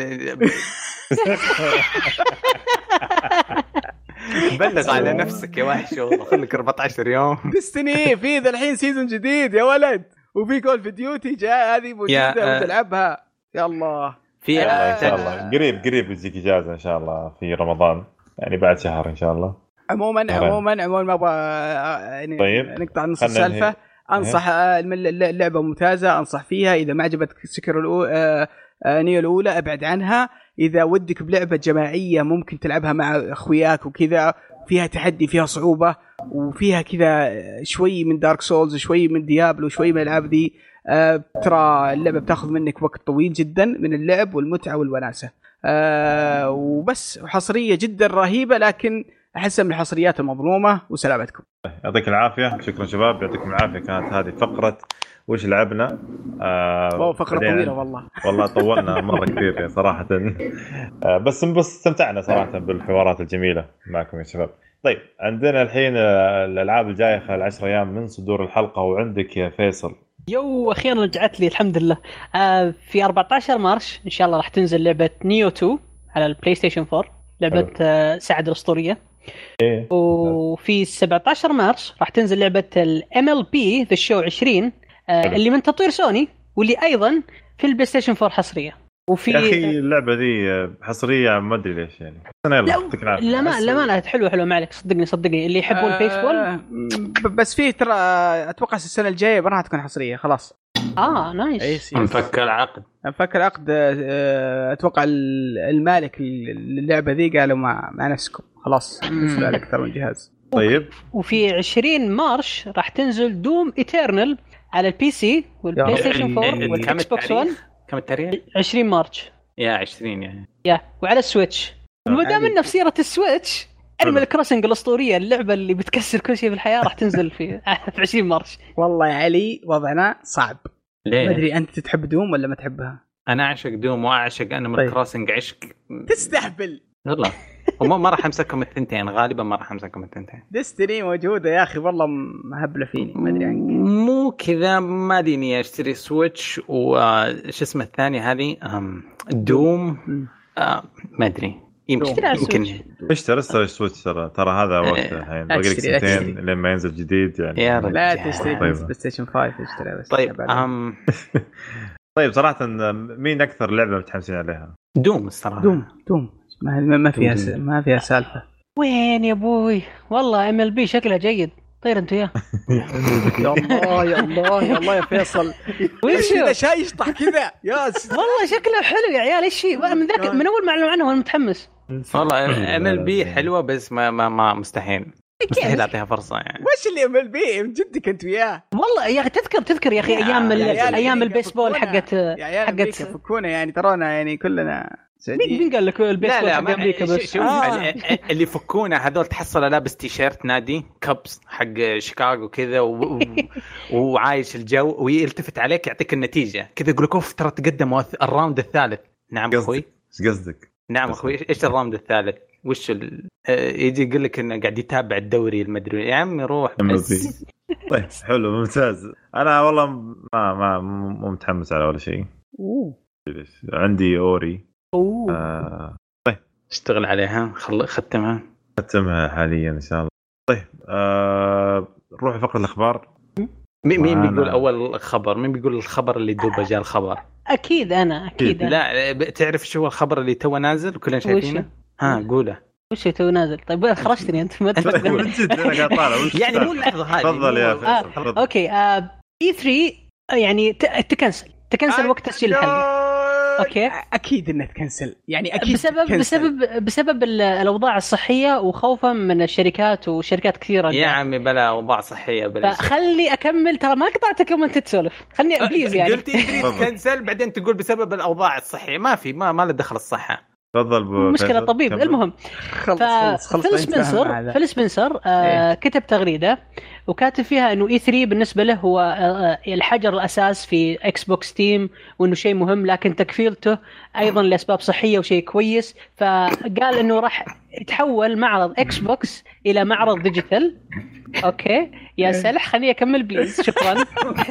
بلغ على نفسك يا وحش والله، خليك 14 يوم. دستني في ذا الحين سيزون جديد يا ولد، وفي كول في ديوتي جاء هذه موجوده وتلعبها. يا الله في ان شاء الله قريب يجيك اجازه ان شاء الله في رمضان، يعني بعد شهر ان شاء الله. عموما ما ابغى يعني طيب. نقطع نص السالفه. انصح اللعبه ممتازه، انصح فيها. اذا ما عجبتك سكر نيو الاولى ابعد عنها. اذا ودك بلعبه جماعيه ممكن تلعبها مع اخوياك وكذا، فيها تحدي، فيها صعوبه، وفيها كذا شوي من دارك سولز، شوي من ديابلو، شوي من الالعاب دي. ترى اللعبه بتاخذ منك وقت طويل جدا من اللعب والمتعه والوناسه. وبس حصريه جدا رهيبه، لكن احسها من الحصريات المظلومه. وسلامتكم. يعطيك العافيه. شكرا شباب، يعطيكم العافيه. كانت هذه فقره وش لعبنا. فقره طويله والله طولنا مره كثير صراحه. بس استمتعنا صراحه بالحوارات الجميله معكم يا شباب. طيب عندنا الحين الالعاب الجايه خلال 10 ايام من صدور الحلقه، وعندك يا فيصل. اخيرا رجعت لي الحمد لله. في 14 مارس ان شاء الله راح تنزل لعبه نيو 2 على البلاي ستيشن 4، لعبه سعد الاسطوريه. وفي 17 مارس راح تنزل لعبه الام ال بي ذا شو 20 اللي من تطوير سوني، واللي ايضا في البلاي ستيشن 4 حصريه. وفي يا اخي اللعبه ذي حصريه ما ادري ليش يعني. لا حلوه ما عليك، صدقني اللي يحبون البيسبول. بس فيه ترى اتوقع السنه الجايه راح تكون حصريه خلاص. نايس. نفك العقد اتوقع المالك اللعبه ذي قالوا مع نفسكم خلاص بالنسبه اكثر من جهاز. طيب وفي 20 مارس راح تنزل دوم إيترنال على البي سي والبلاي ستيشن 4 والاكس بوكس 1. كم التاريخ؟ 20 مارس. 20 يعني. وعلى السويتش. ما دام إنه في سيرة السويتش، أنيمال كروسنج الأسطورية، اللعبة اللي بتكسر كل شيء في الحياة، راح تنزل في 20 مارس. والله يا علي وضعنا صعب. ليه؟ ما أدري أنت تحب دوم ولا ما تحبها؟ أنا أعشق دوم وأعشق أنيمال كروسنج عشق. تستهبل والله. وما راح امسكهم الثنتين، غالبا ما راح امسكهم الثنتين. ديستني موجوده يا اخي، والله مهبله فيني ما ادري عنك. مو كذا، ما ديني اشتري سويتش وش اسمه الثاني هذه دوم. ما ادري يمكن اشتري سويتش. ترى هذا وقت الحين باقي لك سنتين لما ينزل جديد يعني. لا تشتري بلاي ستيشن 5 اشتري بس. طيب طيب صراحه مين اكثر لعبه متحمسين عليها؟ دوم الصراحه. دوم ما فيها سالفه. وين يا ابوي؟ والله ام ال بي شكلها جيد. طير انت يا يا الله يا فيصل. وش كذا شاي يشطح كذا ياس. والله شكله حلو يا عيال. ايش من اول ما اعلنوا عنه وانا متحمس. والله ام ال بي حلوه، بس ما مستحيل اعطيها فرصه يعني. وش اللي ام ال بي من جدك انت وياه؟ والله يا اخي تذكر يا اخي ايام البيسبول حقت فكونا يعني، ترانا يعني كلنا. مين قال لك البيسبول حق امريكا بس؟ اللي فكونا هذول تحصل لابس تيشيرت نادي كابس حق شيكاغو كذا وعايش الجو، ويلتفت عليك يعطيك النتيجه كذا، يقول لك اوف ترى تقدموا الراوند الثالث. نعم اخوي. ايش قصدك؟ نعم اخوي، ايش الراوند الثالث؟ وش يجي يقول لك انه قاعد يتابع الدوري المدري. يا عمي روح بس. طيب حلو ممتاز. انا والله ما مو متحمس على ولا شيء. عندي اوري. طيب اشتغل عليها، ختمها حاليا ان شاء الله. طيب نروح فقرة الاخبار. مين بيقول اول خبر؟ مين بيقول الخبر اللي دوبه جاء الخبر؟ اكيد انا. لا تعرف شو الخبر اللي تو نازل وكلنا شايفينه؟ قوله وش تو نازل. طيب خرجتني انت ما تفكر يعني مو اللحظه هذه. تفضل يا فيصل. اوكي E3 يعني تكنسل وقت تسجيل الحلقه. اوكي اكيد انه تكنسل يعني، اكيد بسبب الاوضاع الصحيه، وخوفا من الشركات وشركات كثيره. يا عمي بلا اوضاع صحيه بلا. خلي اكمل، ترى ما قطعتك وانت تسولف. خلني بليز يعني. قلت تكنسل بعدين تقول بسبب الاوضاع الصحيه. ما في ما له دخل الصحه. تفضل مشكلة طبيب. المهم فيل سبنسر كتب تغريدة وكاتب فيها انه E3 بالنسبة له هو الحجر الاساس في اكس بوكس تيم، وانه شيء مهم، لكن تكفيلته ايضا لاسباب صحية وشيء كويس. فقال انه راح يتحول معرض اكس بوكس الى معرض ديجيتال. اوكي يا سلح خليني اكمل بليز. شكرا.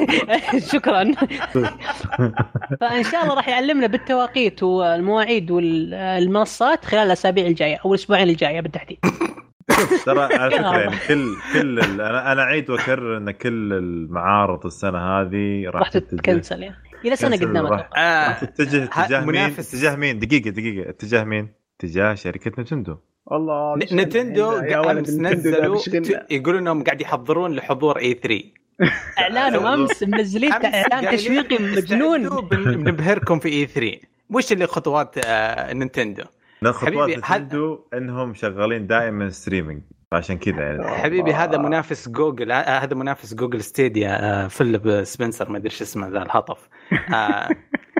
فان شاء الله راح يعلمنا بالتواقيت والمواعيد والمنصات خلال الاسابيع الجايه او الاسبوعين الجايه بالتحديد. ترى على فكره يعني كل انا اعيد واكرر ان كل المعارض السنه هذه راح تتكنسل يعني الى سنه قدام. راح تتجه مين؟ اتجاه مين؟ دقيقه اتجاه مين؟ اتجاه شركه نينتندو. والله نينتندو امس نزلوا يقولوا انهم قاعد يحضرون لحضور E3. اعلانهم امس منزلين اعلان تشويقي مجنون. بنبهركم في E3. وش اللي خطوات نينتندو؟ خطوات نينتندو انهم شغالين دائما ستريمينج، عشان كذا يعني. حبيبي هذا منافس جوجل، هذا منافس جوجل ستيديا. فيل سبنسر ما ادري ايش اسمه ذا الهطف.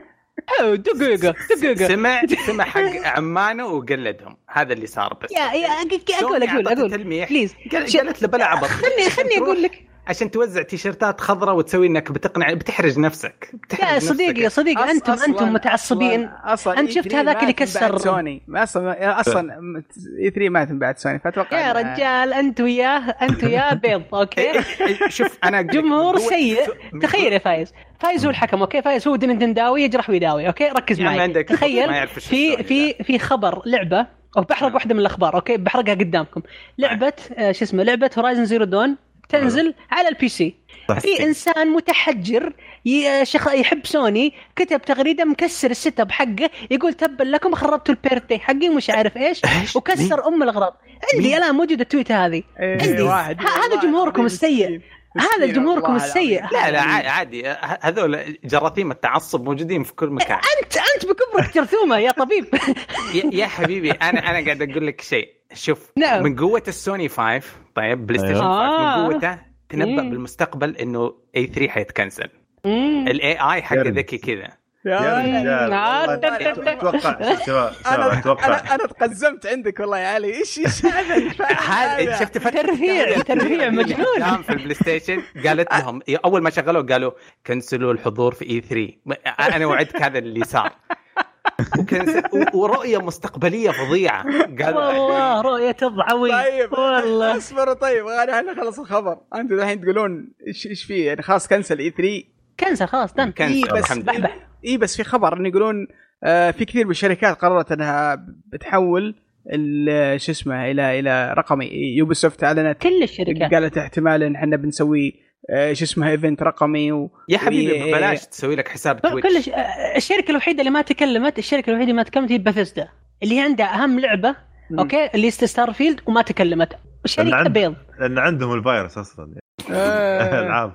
دقيقة سمع حق عمانه وقلدهم. هذا اللي صار. بس أقول بليز قالت له بلا عبط. خلني أقول لك عشان توزع تيشيرتات خضراء وتسوي انك بتقنع بتحرج نفسك. يا صديقي انتم متعصبين. انت شفت هذاك اللي كسر سوني اصلا E3 ما تنبعت سوني فاتوقع يا رجال انت وياه بيض. اوكي شوف انا جمهور سيء. تخيل يا فايز هو الحكم. اوكي فايز هو دنتنداوي يجرح ويداوي. اوكي ركز معي. تخيل في خبر لعبه او بحرق واحده من الاخبار. اوكي بحرقها قدامكم. لعبه شو اسمه لعبه هورايزن زيرو دون تنزل على البي سي. في انسان متحجر يحب سوني كتب تغريده مكسر السيت اب حقه يقول تبا لكم خربتوا البيرثدي حقي مش عارف ايش وكسر الاغراض. عندي الان موجوده التويت هذه. عندي هذا جمهوركم السيء. هذا جمهوركم السيء. لا عادي. هذول جراثيم التعصب موجودين في كل مكان. انت بكبرك جرثومه يا طبيب. يا حبيبي انا قاعد اقول لك شيء. شوف من قوه السوني 5 طيب بلاي ستيشن 5 من قوته تنبأ بالمستقبل انه A3 حيتكنسل. الاي اي حق ذكي كذا. اتوقع انا تقزمت عندك والله يا علي. ايش هذا شفت ترفيع مجنون في البلاي ستيشن. قالت لهم اول ما شغلوا قالوا كنسلوا الحضور في E3. انا وعدك هذا اللي صار. ورؤية مستقبلية فظيعة. قال والله رؤية ضعوي. طيب والله اصبروا. طيب انا خلص الخبر. انتوا الحين تقولون ايش فيه يعني خلاص كنسل E3 كنسل خلاص تم. بس في خبر ان يقولون في كثير من الشركات قررت انها بتحول شو اسمه الى رقمي. يوبيسوفت اعلنت كل الشركات قالت احتمال ان احنا بنسوي شو اسمه ايفنت رقمي يا حبيبي ببلاش تسوي لك حساب تويتش. الشركه الوحيده اللي ما تكلمت هي بثيسدا اللي عندها اهم لعبه. اوكي اللي ستارفيلد وما تكلمت. الشركه بيض لان عندهم الفيروس اصلا. العاب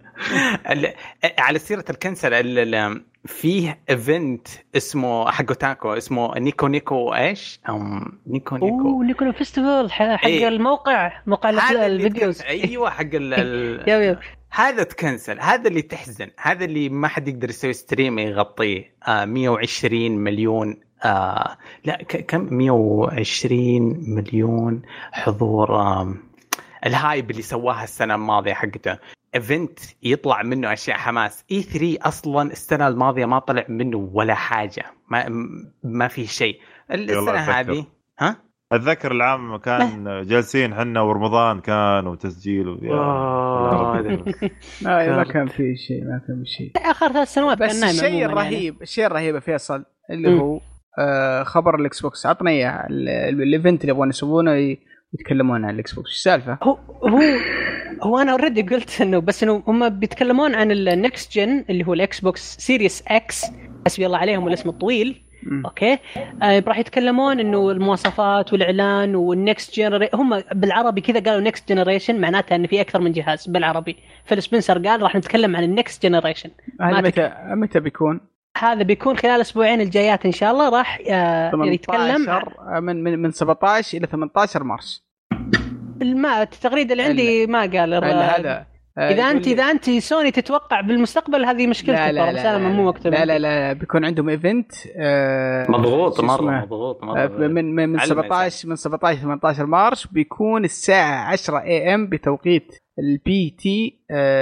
على سيره الكنسل فيه ايفنت اسمه حق تاكو اسمه نيكو ايش نيكو فيستيفال حق الموقع الفيديوز. ايوه حق هذا تكنسل. هذا اللي تحزن. هذا اللي ما حد يقدر يسوي ستريم يغطيه. 120 مليون لا كم 120 مليون حضور. الهايب اللي سواها السنة الماضية حقته ايفنت يطلع منه اشياء حماس. E3 اصلا السنة الماضية ما طلع منه ولا حاجة. ما في شيء السنة هذه. اتذكر العام كان جالسين حنا ورمضان كان وتسجيل ما كان في شيء. اخر 3 سنوات بس الشيء الرهيب فيصل اللي هو خبر الاكس بوكس. عطنا اياه الايفنت اللي يبغون يسوونه يتكلمون عن الاكس بوكس. السالفه هو انا اوريدي قلت انه بس انه هم بيتكلمون عن النكست جن اللي هو الاكس بوكس سيريس اكس حسبي الله عليهم الاسم الطويل. اوكي راح يتكلمون انه المواصفات والاعلان والنكست جنريشن. هم بالعربي كذا قالوا نكست جنريشن معناتها ان في اكثر من جهاز بالعربي. فيل سبنسر قال راح نتكلم عن النكست جنريشن. متى بيكون هذا؟ بيكون خلال الاسبوعين الجايات ان شاء الله. راح يتكلم من 17 الى 18 مارس. التغريده اللي عندي ما قال هذا. اذا انت سوني تتوقع بالمستقبل هذه مشكلتك. لا مو مكتوب. لا بيكون عندهم ايفنت مضغوط مره من 17 18 مارس. بيكون الساعه 10 AM بتوقيت البي تي.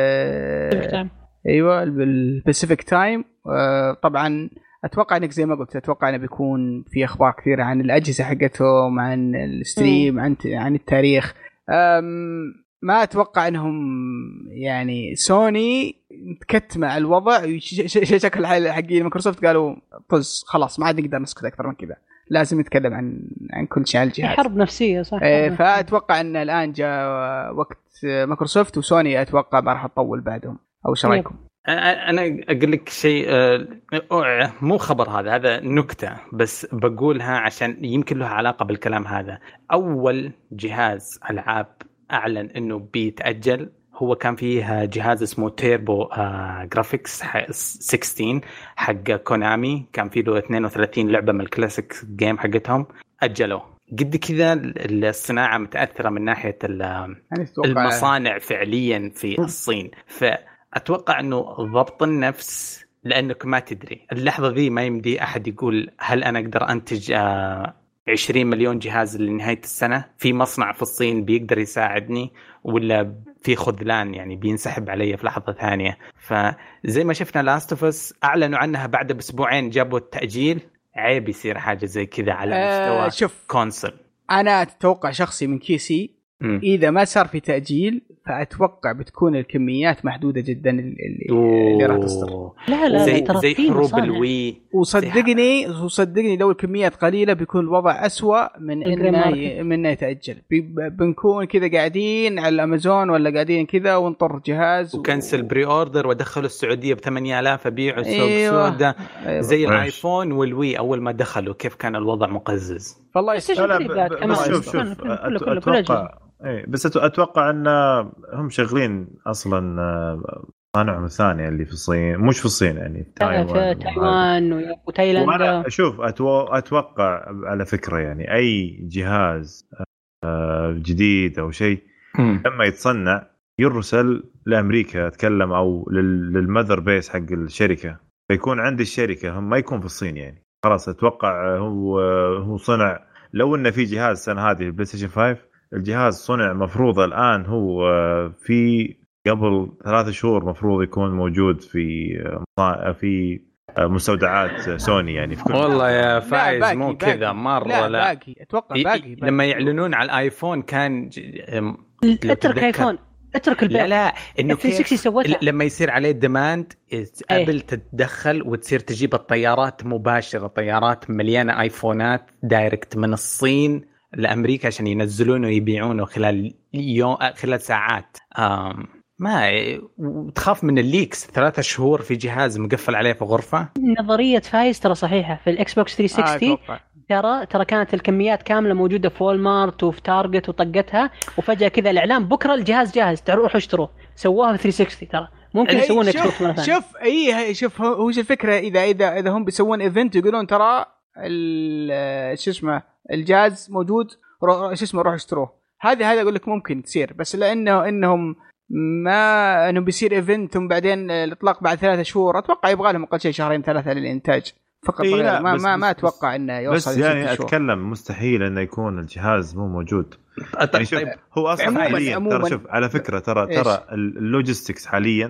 ايوه الباسيفيك تايم. طبعا اتوقع انك زي ما قلت اتوقع انه بيكون في اخبار كثيره عن الاجهزه حقتهم عن الستريم عن التاريخ. ما اتوقع انهم يعني سوني تكتمه على الوضع. شكل حقين مايكروسوفت قالوا طز خلاص ما عاد نقدر نسكت اكثر من كذا. لازم نتكلم عن كل شيء على الجهاز. حرب نفسيه صح. فاتوقع ان الان جاء وقت مايكروسوفت وسوني. اتوقع ما راح تطول بعدهم. او ايش رايكم؟ انا اقول لك شيء مو خبر هذا نكته بس بقولها عشان يمكن له علاقه بالكلام هذا. اول جهاز العاب اعلن انه بيتاجل هو كان فيه جهاز اسمه تيربو جرافيكس 16 حق كونامي. كان فيه له 32 لعبه من الكلاسيك جيم حقتهم اجلوه. قد كذا الصناعه متاثره من ناحيه المصانع فعليا في الصين. فاتوقع انه ضبط النفس لانك ما تدري اللحظه ذي، ما يمدي احد يقول هل انا اقدر انتج 20 مليون جهاز لنهايه السنه، في مصنع في الصين بيقدر يساعدني، ولا في خذلان يعني بينسحب علي في لحظه ثانيه. فزي ما شفنا لاست اوف اس اعلنوا عنها بعد باسبوعين جابوا التاجيل، عيب يصير حاجه زي كذا على مستوى كونسول. انا اتوقع شخصي من كيسي اذا ما صار في تاجيل فاتوقع بتكون الكميات محدوده جدا اللي راح تصدر. لا زي حروب الوي. وصدقني لو الكميات قليله بيكون الوضع أسوأ من انه يتاجل. بنكون كذا قاعدين على الامازون ولا قاعدين كذا ونطر جهاز وكنسل بري اوردر ودخلوا السعوديه ب 8000 ابيعوا السوق سودا. زي الايفون والوي اول ما دخلوا كيف كان الوضع مقزز. والله بس اتوقع ان هم شغلين اصلا صانعهم الثاني اللي في الصين، مش في الصين يعني في تايوان وتايلاند. شوف اتوقع على فكره يعني اي جهاز جديد او شيء لما يتصنع يرسل لامريكا، اتكلم او للمذر بيس حق الشركه، فيكون عند الشركه هم ما يكون في الصين يعني. خلاص اتوقع هو صنع. لو انه في جهاز السنه هذه البلاي ستيشن 5 الجهاز صنع مفروض الآن هو في قبل 3 شهور مفروض يكون موجود في مستودعات سوني يعني. والله يا فايز مو كذا مرة. لا باقي أتوقع باقي لما يعلنون على الآيفون كان اترك آيفون، اترك البيع. لا إنه كيف لما يصير عليه ديماند أبل تتدخل وتصير تجيب الطيارات مباشرة، طيارات مليانة آيفونات دايركت من الصين لأمريكا عشان ينزلونه ويبيعونه خلال ساعات. ما تخاف من الليكس 3 شهور في جهاز مقفل عليه في غرفة. نظرية فايز ترى صحيحة في الإكس بوكس 360. ترى كانت الكميات كاملة موجودة في وول مارت وفي تارجت وطقتها، وفجأة كذا الإعلان بكرة الجهاز جاهز تروحوا اشتروه. سووها في 360. ترى ممكن يسوون إكس بوكس مرة ثانية. شوف هو الفكرة إذا هم بيسوون إيفنت يقولون ترى شو اسمه الجهاز موجود روح اشتروه. هذا اقول لك ممكن تصير، بس انهم بيصير ايفنت ثم بعدين الاطلاق بعد 3 شهور. اتوقع يبغى لهم اقل شيء 2-3 للانتاج فقط. ما اتوقع انه يوصل بس يعني اتكلم مستحيل انه يكون الجهاز مو موجود. طيب هو اصلا حاليا ترى شوف على فكره ترى اللوجيستكس حاليا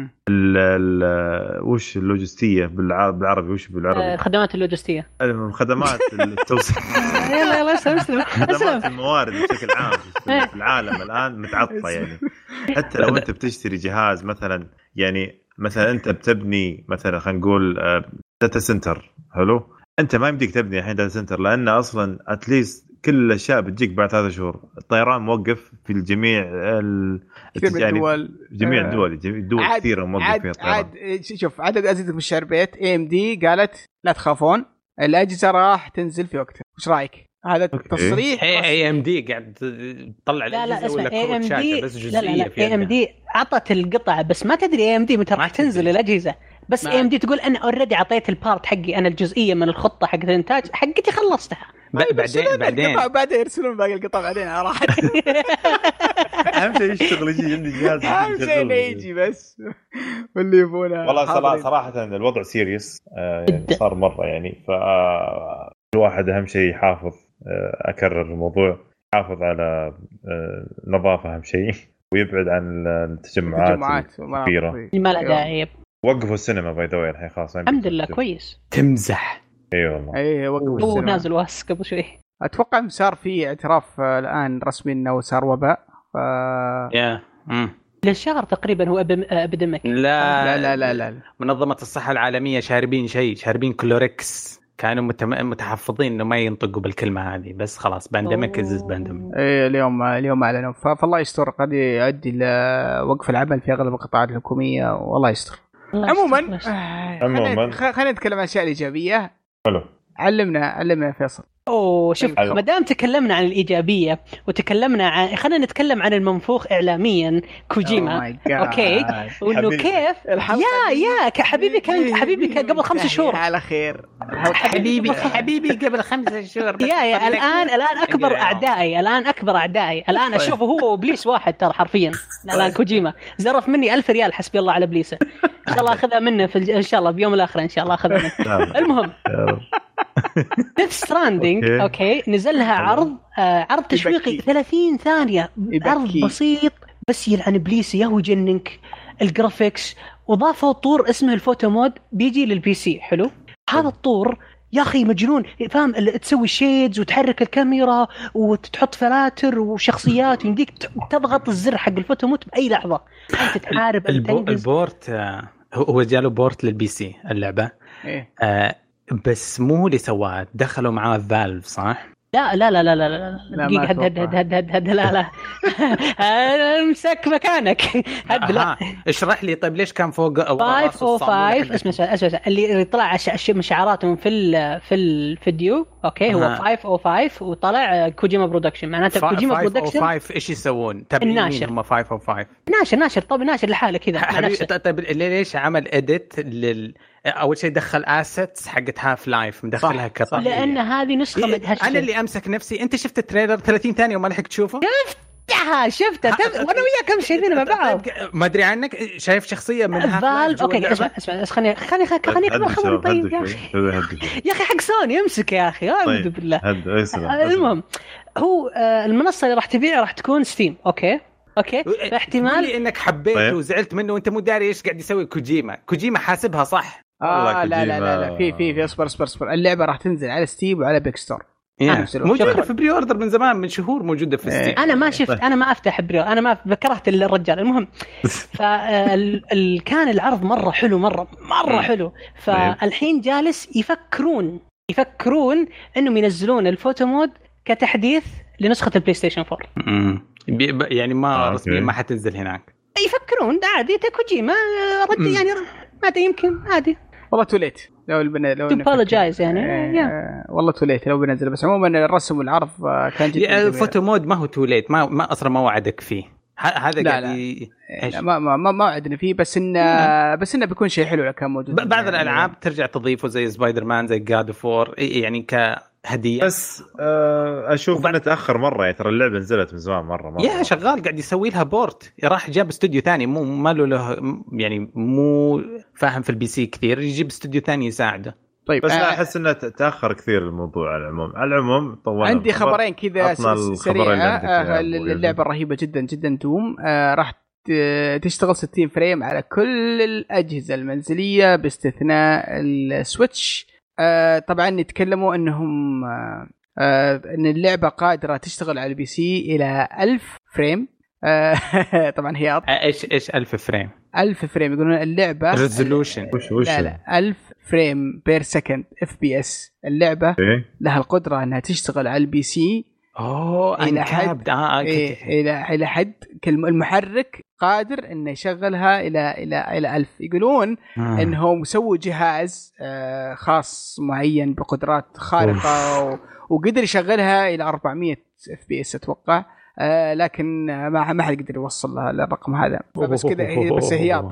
وش اللوجستيه بالعربي؟ وش بالعربي؟ الخدمات اللوجستيه، الخدمات التوصيل. يلا اسلم. خدمات الموارد بشكل عام في العالم الان متعطله يعني. حتى لو انت بتشتري جهاز مثلا، يعني مثلا انت بتبني مثلا خلينا نقول داتا سنتر حلو، انت ما يمديك تبني الحين داتا سنتر لان اصلا اتليست كل الاشياء بتجيك بعد 3 شهور. الطيران موقف في الجميع يعني جميع الدول كثيره موقف فيها الطيران. شوف عدد اجهزه مشتري بيت AMD قالت لا تخافون الاجهزه راح تنزل في وقتها. وش رايك؟ هذا التصريح AMD قاعد تطلع الاجهزه ولا كروت شاشه بس جزئيه في AMD عطت القطع بس ما تدري AMD متى راح تنزل الاجهزه. بس AMD تقول انا اوريدي عطيت البارت حقي، انا الجزئيه من الخطه حق الانتاج حقتي خلصتها. بعدين يرسلون باقي القطع بعدين راح. اهم شيء يشتغل يجي عندي جهاز، اهم شيء يجي بس واللي يبونه. والله صراحه الوضع سيريس يعني صار مره يعني. فالواحد اهم شيء يحافظ، اكرر الموضوع، يحافظ على نظافه اهم شيء، ويبعد عن التجمعات الكبيره ما لها داعي. وقفوا السينما باي ذا واي الحين خلاص الحمد لله كويس. تمزح. اي والله اي وقفوا السينما. نازل واس قبل شوي. اتوقع صار في اعتراف الان رسمي انه صار وباء. للشهر تقريبا هو ابيديميك. لا منظمه الصحه العالميه شاربين كلوريكس. كانوا متحفظين انه ما ينطقوا بالكلمه هذه، بس خلاص بانديميك از بانديميك. اليوم اعلنوا. فالله يستر قد يؤدي لوقف العمل في اغلب القطاعات الحكوميه والله يستر. عموما خلينا نتكلم عن اشياء ايجابيه. حلو. علمنا فيصل. شوف ما دام تكلمنا عن الإيجابية وتكلمنا عن خلينا نتكلم عن المنفوخ إعلاميا كوجيما. أوكي وإنه كيف يا حبيبي كان قبل 5 شهور على خير حبيبي قبل 5 شهور يا الآن أكبر أعدائي الآن أشوفه هو وإبليس واحد ترى حرفيا. الآن كوجيما زرف مني 1000 ريال حسبي الله على إبليس إن شاء الله أخذها منه إن شاء الله بيوم الآخر إن شاء الله أخذها منه. المهم ديث ستراندينج اوكي نزل لها عرض تشويقي 30 ثانيه عرض بسيط بس يلعن ابليس يا هو جننك الجرافيكس وضافوا طور اسمه الفوتو مود بيجي للبي سي. حلو هذا الطور يا اخي مجنون فاهم تسوي شيدز وتحرك الكاميرا وتحط فلاتر وشخصيات ويمديك تضغط الزر حق الفوتو مود باي لحظه انت تحارب البورت هو جاله بورت للبي سي اللعبه بس مو اللي سواه دخلوا معاه فالف صح؟ لا دقيقة هد لا امسك مكانك هد لا اشرح لي طيب ليش كان فوق 505 اسمع اللي طلع شعاراتهم في الفيديو اوكي هو 505 وطلع كوجيما برودكشن معناته كوجيما برودكشن 505 ايش يسوون تبين هم 505 ناشر طب ناشر لحاله كذا. طيب ليش عمل اديت اول شيء دخل اسيتس حقت هاف لايف مدخلها كطبيعي لان هذه نسخه مدهشه. انا اللي امسك نفسي انت شفت التريلر 30 ثانيه وما لحقت تشوفه؟ شفتها وانا وياك كم شيء مع بعض ما ادري عنك شايف شخصيه من فالف اوكي اسمع خليني خبر طيب يا اخي حق سوني امسك يا اخي اعوذ بالله. المهم هو المنصه اللي راح تبيع راح تكون ستيم اوكي احتمال انك حبيته وزعلت منه وانت مو داري ايش قاعد يسوي كوجيما حاسبها صح. لا في اصبر اللعبه راح تنزل على ستيم وعلى بيك ستور موجوده في بري اوردر من زمان من شهور موجوده في ستيم. انا ما شفت انا ما افتح بري انا ما كرهت الرجال. المهم كان العرض مره حلو مره حلو فالحين جالس يفكرون انهم ينزلون الفوتو مود كتحديث لنسخه البلاي ستيشن 4 يعني ما رسميا ما حتنزل هناك يفكرون عادي كوجيما رد يعني ما يمكن عادي والله توليت لو apologize يعني والله توليت لو بنزل بس عموما الرسم والعرض كان جدا الفوتو مود ما هو توليت ما اصلا ما وعدك فيه هذا لا ما وعدنا فيه بس انه بيكون شيء حلو كان موجود. بعض الالعاب ترجع تضيفه زي سبايدر مان زي جاد اوف وور يعني كهديه بس اشوف انه تاخر مره يعني ترى اللعبه نزلت من زمان مره يا شغال قاعد يسوي لها بورت راح جاب استوديو ثاني مو له يعني مو فاهم في البي سي كثير يجيب استوديو ثاني يساعده. طيب بس احس انه تاخر كثير الموضوع على العموم طولنا. عندي خبرين كذا سريعه. اللعبه الرهيبه جدا دوم راح تشتغل 60 فريم على كل الاجهزه المنزليه باستثناء السويتش. طبعا يتكلموا انهم ان اللعبه قادره تشتغل على البي سي الى 1000 فريم. طبعا هي ايش 1000 فريم 1000 فريم يقولون اللعبه ريزولوشن لا 1000 فريم بير سكند اف بي اس. اللعبه لها القدره انها تشتغل على البي سي الى حد الى حد المحرك قادر انه يشغلها الى 1000. يقولون انهم سووا جهاز خاص معين بقدرات خارقه وقدر يشغلها الى 400 اف بي اس اتوقع. لكن ما حد يقدر يوصل للرقم هذا بس كذا بس هياط.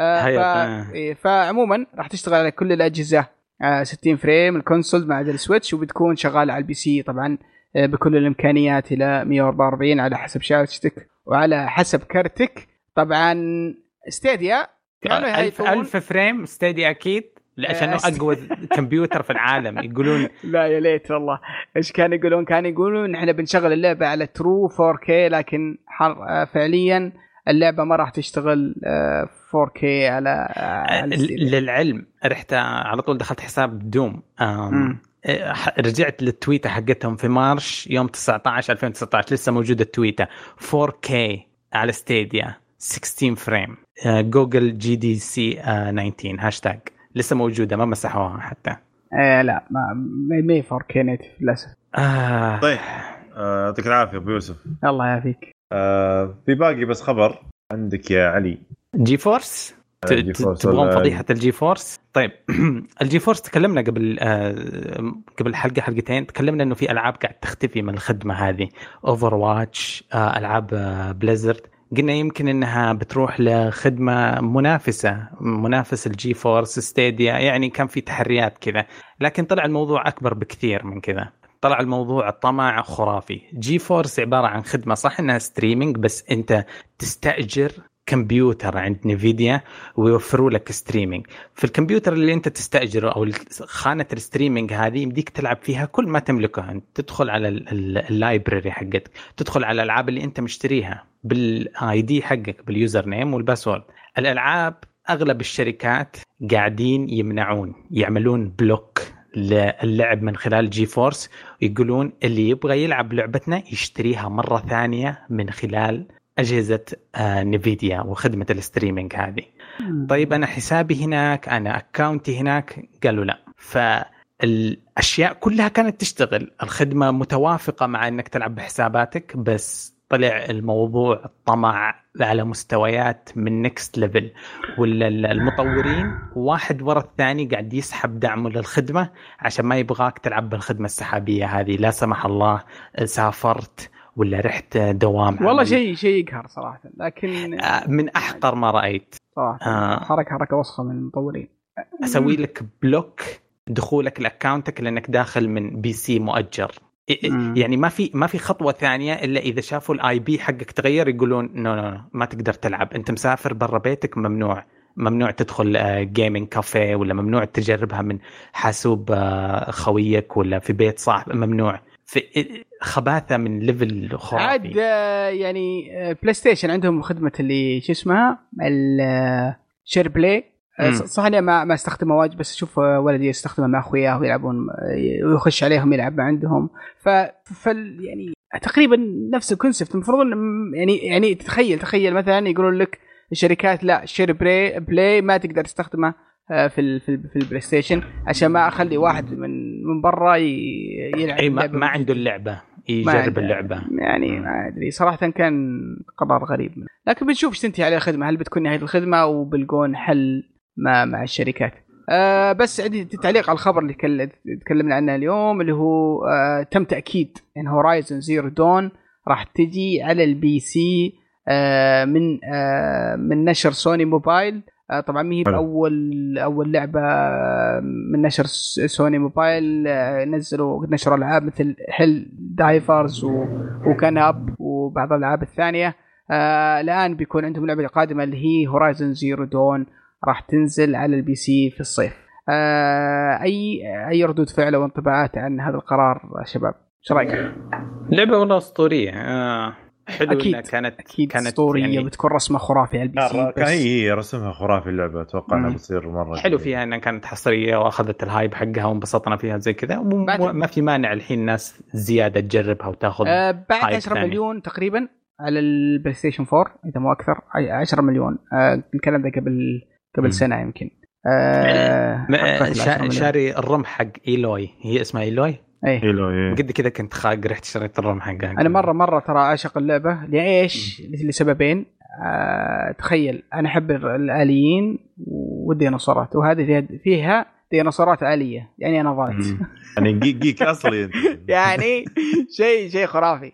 فعموما راح تشتغل على كل الاجهزه 60 فريم الكونسول مع السويتش وبتكون شغاله على البي سي طبعا بكل الامكانيات الى 144 على حسب شاشتك وعلى حسب كرتك. طبعا ستيديا 1000 فريم ستيديا اكيد لأنه أقوى كمبيوتر في العالم يقولون. لا يا ليت والله إيش كانوا يقولون إحنا بنشغل اللعبة على ترو 4K لكن فعليا اللعبة ما راح تشتغل 4K على للعلم رحت على طول دخلت حساب دوم رجعت للتويتة حقتهم في مارش يوم 19/2019 لسه موجودة التويتة 4K على ستيديا 16 فريم جوجل GDC 19 هاشتاج لسه موجودة ما مسحوها حتى. لا ما 4K نيتف للأسف. طيب يعطيك العافية أبو يوسف. الله يعافيك. في باقي بس خبر عندك يا علي. جي فورس تبغون فضيحة الجي فورس؟ طيب الجي فورس تكلمنا قبل حلقتين تكلمنا انه في العاب قاعد تختفي من الخدمة هذه، اوفر واتش، العاب بليزرد، قلنا يمكن انها بتروح لخدمة منافس الجي فورس ستيديا، يعني كان في تحريات كذا، لكن طلع الموضوع اكبر بكثير من كذا. طلع الموضوع طمع خرافي. جي فورس عبارة عن خدمة صح انها ستريمينج، بس انت تستأجر كمبيوتر عند نيفيديا ويوفروا لك ستريمينج. في الكمبيوتر اللي انت تستأجره او خانة الستريمينج هذه يمديك تلعب فيها كل ما تملكه. انت تدخل على اللايبراري حقك، تدخل على الالعاب اللي انت مشتريها بالاي دي حقك باليوزر نيم والباسورد. الالعاب اغلب الشركات قاعدين يعملون بلوك للعب من خلال جي فورس، ويقولون اللي يبغى يلعب لعبتنا يشتريها مرة ثانية من خلال أجهزة نيفيديا وخدمة الستريمينج هذه. طيب أنا حسابي هناك، أنا أكاونتي هناك، قالوا لا. فالأشياء كلها كانت تشتغل، الخدمة متوافقة مع أنك تلعب بحساباتك، بس طلع الموضوع طمع على مستويات من نيكست ليفل، والمطورين واحد ورا الثاني قاعد يسحب دعمه للخدمة عشان ما يبغاك تلعب بالخدمة السحابية هذه. لا سمح الله سافرت ولا رحت دوام، والله شيء يقهر صراحة، لكن من أحقر ما رأيت صراحة. حركة وسخة من المطورين. أسوي لك بلوك دخولك لأكاونتك لأنك داخل من بي سي مؤجر. يعني ما في خطوة ثانية إلا إذا شافوا الآي بي حقك تغير يقولون نو ما تقدر تلعب، أنت مسافر برا بيتك، ممنوع تدخل جيمينج كافيه، ولا ممنوع تجربها من حاسوب خويك ولا في بيت صاحب، ممنوع. في خباثة من ليفل خرافي. عاد يعني بلاي ستيشن عندهم خدمة اللي شو اسمها الشير بلاي، صح اني ما استخدمها واجد، بس اشوف ولدي يستخدمها مع اخوياه ويلعبون ويخش عليهم يلعب عندهم. يعني تقريبا نفس الكونسبت. المفروض يعني تخيل مثلا يقولون لك الشركات لا الشير بلاي ما تقدر تستخدمه في البلاي ستيشن عشان ما اخلي واحد من برا يلعب ما عنده اللعبه يجرب اللعبه. يعني ما ادري صراحه، كان قرار غريب لكن بنشوف ايش تنتهي عليه الخدمه، هل بتكون نهايه الخدمه وبلقون حل مع الشركات. بس عندي تعليق على الخبر اللي تكلمنا عنه اليوم، اللي هو تم تاكيد ان هورايزن زيرو دون راح تجي على البي سي من نشر سوني موبايل. طبعا ما هي اول لعبه من نشر سوني موبايل. نشروا العاب مثل هيل دايفرز وكاناب وبعض الالعاب الثانيه. الان بيكون عندهم لعبه قادمه اللي هي هورايزن زيرو دون، راح تنزل على البي سي في الصيف. اي ردود فعل او انطباعات عن هذا القرار شباب؟ ايش رايك؟ لعبه والله اسطوريه. حلو أكيد. كانت اسطوريه يعني بتكون رسمه خرافيه على البي سي. كان هي رسمها خرافي اللعبه، اتوقع انها بتصير مره حلو فيها انها كانت حصريه واخذت الهايب حقها وانبسطنا فيها زي كذا. ما في مانع الحين الناس زياده تجربها وتاخذ بعد 10 مليون تقريبا على البلاي ستيشن 4 اذا مو اكثر. 10 مليون الكلام ده قبل سنه يمكن. شاري الرمح حق إيلوي، هي اسمها إيلوي. ايه قد كذا كنت خاق رحت اشتريت الرمح حقها. انا مره ترى اعشق اللعبه ليش لسببين. تخيل انا احب الآليين والديناصورات، وهذه فيها ديناصورات آلية، يعني انا ضايت يعني جيك اصلي يعني شيء خرافي.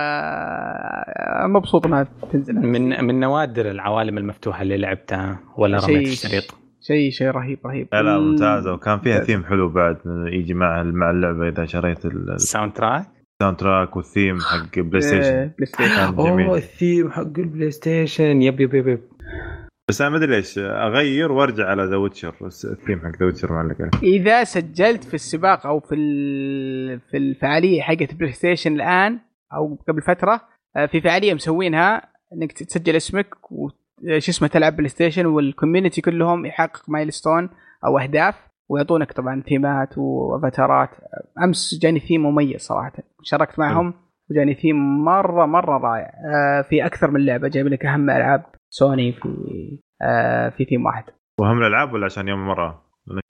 مبسوط انها تنزل. من نوادر العوالم المفتوحه اللي لعبتها ولا رميت الشريط. شيء رهيب. لا ممتازه، وكان فيها ثيم حلو بعد يجي مع اللعبه اذا شريت الساوند تراك والثيم حق بلاي ستيشن. الثيم حق البلاي ستيشن يب. بس انا ما ادري ليش اغير وارجع على ذا ويتشر، الثيم حق ذا ويتشر معلق عليه. اذا سجلت في السباق او في الفعاليه حقت بلاي ستيشن الان او قبل فتره، في فعاليه مسوينها انك تسجل اسمك اسمه تلعب بلاي ستيشن، والكوميونتي كلهم يحقق مايلستون او اهداف، ويعطونك طبعا ثيمات وافاتارات. امس جاني ثيم مميز صراحه، شاركت معهم وجاني ثيم مره رائع. في اكثر من لعبه جايب لك اهم العاب سوني في ثيم واحد. واهم الالعاب ولا عشان يوم مره؟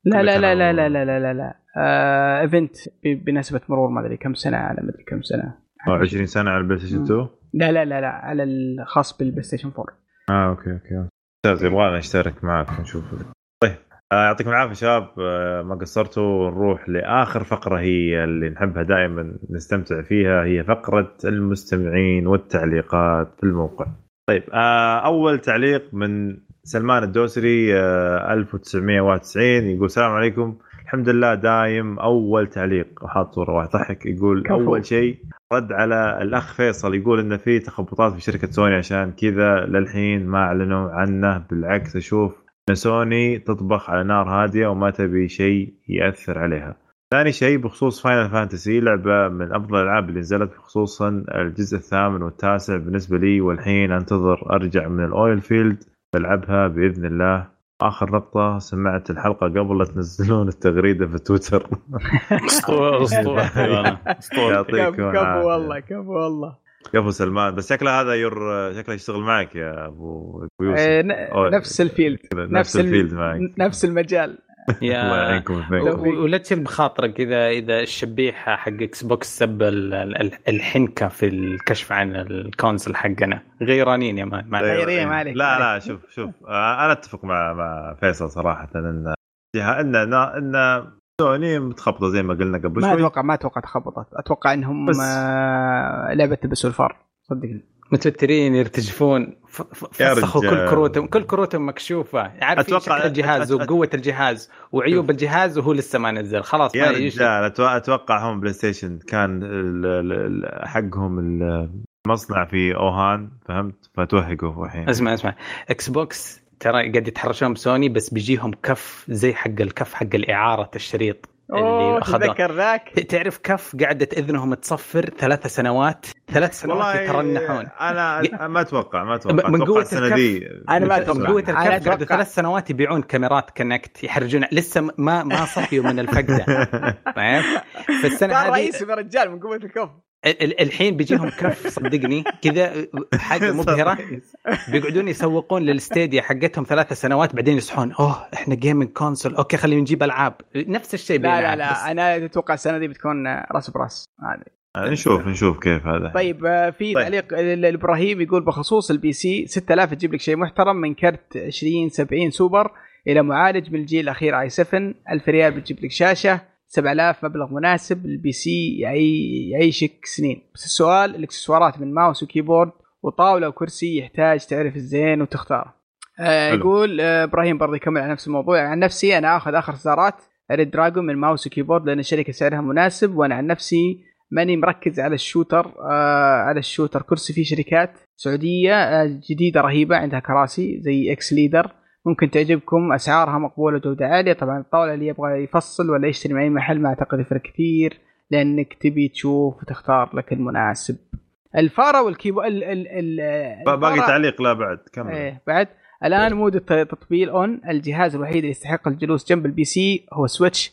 لا ايفنت بنسبه مرور ما ادري كم سنه، على ما ادري كم سنه، 20 سنه على البلاي ستيشن 2. لا على الخاص بالبلاي ستيشن 4. اوكي يبغى نشترك معك ونشوف. طيب يعطيكم العافيه شباب، ما قصرتوا. نروح لاخر فقره هي اللي نحبها دائما نستمتع فيها، هي فقره المستمعين والتعليقات في الموقع. طيب اول تعليق من سلمان الدوسري 1991 يقول السلام عليكم، الحمد لله دايم. اول تعليق وحاط صوره واحد ضحك، يقول اول شيء رد على الاخ فيصل يقول انه في تخبطات في شركه سوني عشان كذا للحين ما اعلنوا عنه. بالعكس اشوف ان سوني تطبخ على نار هاديه وما تبي شيء ياثر عليها. ثاني شيء بخصوص فاينل فانتسي، لعبه من افضل الالعاب اللي نزلت، خصوصا الجزء 8 و9 بالنسبه لي، والحين انتظر ارجع من الاويل فيلد بلعبها باذن الله. اخر نقطه، سمعت الحلقه قبل لا تنزلون التغريده في تويتر. اسطوره كفو والله كفو والله كفو سلمان. بس شكله هذا شكله يشتغل معك يا ابو يوسف. نفس الفيلد معك نفس المجال. الله يعينكم ولا تشيل بخاطرك اذا الشبيحه حق اكس بوكس سب الحنكه في الكشف عن الكونسل حقنا. غيرانين يا مان، غيرين ما عليك. لا شوف انا اتفق مع فيصل صراحه ان سوني متخبطه زي ما قلنا قبل شوي. ما اتوقع تخبطت، اتوقع انهم لعبه تلبسوا الفار. صدقني متوترين يرتجفون، فسخوا كل كروتهم مكشوفه، عارفين شكل الجهاز وقوه الجهاز وعيوب الجهاز وهو لسه ما نزل. خلاص يا رجال اتوقع هم بلاي ستيشن كان حقهم المصنع في اوهان، فهمت؟ فتوهقوا الحين. اسمع اكس بوكس ترى قاعد يتحرشون بسوني، بس بيجيهم كف زي الكف حق الإعارة الشريط اللي أخذوه. ذاك تعرف كف قاعدة إذنهم تصفر 3 سنوات يترنحون. أنا ما أتوقع من قوة السنة دي. أنا ما أتوقع قوة الكف قاعدة 3 سنوات يبيعون كاميرات كونكت يحرجون، لسه ما صحيوا من الفقدة. فاهم؟ في السنة هذه رئيس رجال من قوة الكف. الحين بيجيهم كف صدقني كذا حاجة مبهرة. بيقعدون يسوقون للستيديا حقتهم 3 سنوات، بعدين يصحون احنا جيمنج كونسول، اوكي خلينا نجيب العاب. نفس الشيء. لا انا اتوقع السنة دي بتكون راس براس. نشوف كيف هذا. طيب في تعليق الابراهيم يقول بخصوص البي سي 6000 تجيب لك شيء محترم، من كرت 2070 سوبر الى معالج من الجيل الاخير i7. 1000 ريال بتجيب لك شاشة. 7000 مبلغ مناسب. البي سي يعيشك سنين. بس السؤال، الاكسسوارات من ماوس وكيبورد وطاولة وكرسي يحتاج تعرف الزين وتختار. يقول ابراهيم برضه يكمل على نفس الموضوع. عن نفسي انا اخذ اخر اصدارات ريد دراجون من ماوس وكيبورد لان الشركة سعرها مناسب، وانا عن نفسي ماني مركز على الشوتر. كرسي في شركات سعودية جديدة رهيبة عندها كراسي زي اكس ليدر، ممكن تعجبكم، أسعارها مقبولة، جودة عالية. طبعا الطاولة اللي يبغى يفصل ولا يشتري من أي محل ما أعتقد يفرق كثير، لأنك تبي تشوف وتختار لك المناسب. الفارة والكيبورد باقي تعليق لا بعد كمل. بعد الآن مود التطبيل أون. الجهاز الوحيد اللي يستحق الجلوس جنب البي سي هو سويتش.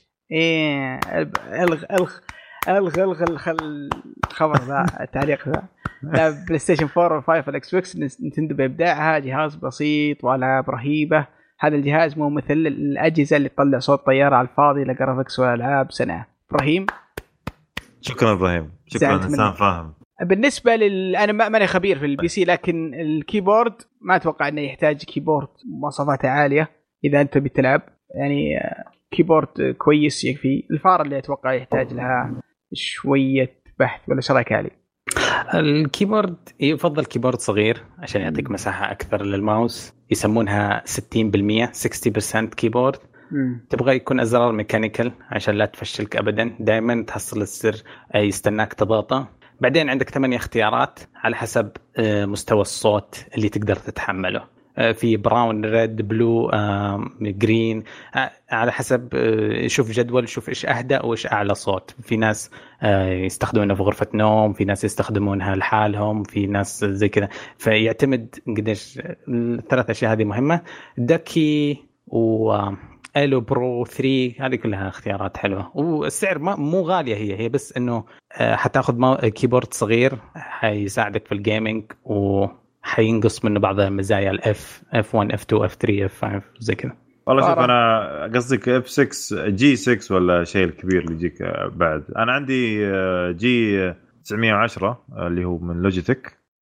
الغ الخبر ذا التعليق ذا. لا بلاي ستيشن 4 و5 الاكس بوكس نتندو بإبداعها، جهاز بسيط والعاب رهيبه. هذا الجهاز مو مثل الاجهزه اللي تطلع صوت طياره على الفاضي، لا جرافيكس ولا العاب سنه. ابراهيم شكرا ابراهيم، شكرا انسان فاهم. بالنسبه انا ماني خبير في البي سي، لكن الكيبورد ما اتوقع انه يحتاج كيبورد مواصفاته عاليه اذا انت بتلعب، يعني كيبورد كويس يكفي. الفار اللي اتوقع يحتاج لها شويه بحث، ولا ايش رايك علي؟ الكيبورد يفضل كيبورد صغير عشان يعطيك مساحة أكثر للماوس، يسمونها 60% 60% كيبورد. تبغى يكون أزرار ميكانيكال عشان لا تفشلك أبدا، دائما تحصل السر يستناك تضغطه. بعدين عندك 8 اختيارات على حسب مستوى الصوت اللي تقدر تتحمله، في براون ريد بلو جرين، على حسب شوف جدول، شوف إيش أهدأ وإيش أعلى صوت. في ناس يستخدمونها في غرفة نوم، في ناس يستخدمونها لحالهم، في ناس زي كذا، فيعتمد قديش. الثلاث أشياء هذه مهمة. داكي وإلو برو 3 هذه كلها اختيارات حلوة، والسعر مو غالية، هي بس إنه حتاخذ كيبورد صغير حيساعدك في الجيمينج، حينقص منه بعض مزايا الاف F1 F2 F3 F5 زي كذا. والله شوف انا قصدك F6 G6 ولا شيء الكبير اللي يجيك بعد. انا عندي G 910 اللي هو من لوجيتك،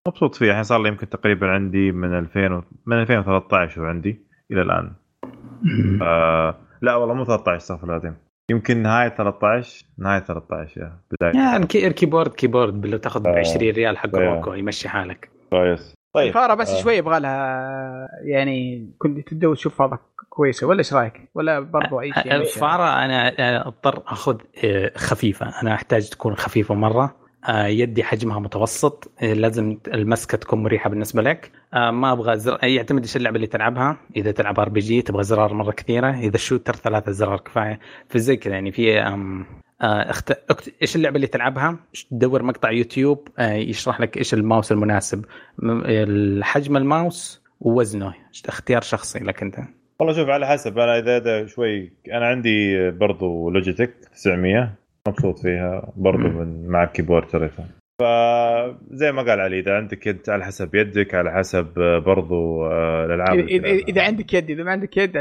مبسوط فيها. الحين صار لي يمكن تقريبا عندي من 2013 وعندي الى الان. لا والله مو 13 استغفر الله، يمكن نهايه 13 يا بدايه يعني كيبورد بالله تاخذ ب 20 ريال حق روكو يمشي حالك كويس. طيب فارة بس شويه يبغى لها يعني كنت تدور تشوف فارة كويسه ولا ايش رايك؟ ولا برضو اي شيء؟ الفارة انا اضطر اخذ خفيفه، انا احتاج تكون خفيفه مره. يدي حجمها متوسط، لازم المسكه تكون مريحه بالنسبه لك. ما ابغى يعتمد ايش اللعبه اللي تلعبها. اذا تلعب ار بي جي تبغى زرار مره كثيره، اذا الشوتر 3 زرار كفايه. في زي كذا يعني في ايش اللعبه اللي تلعبها، تدور مقطع يوتيوب يشرح لك ايش الماوس المناسب، الحجم الماوس ووزنه، اختيار شخصي لك انت. والله شوف على حسب. انا اذا شوي انا عندي برضو لوجيتك 900 مبسوط فيها برضو من مع الكيبورد تريفا. فزي ما قال علي اذا عندك انت على حسب يدك، على حسب برضو الالعاب. اذا عندك يد، اذا ما عندك يد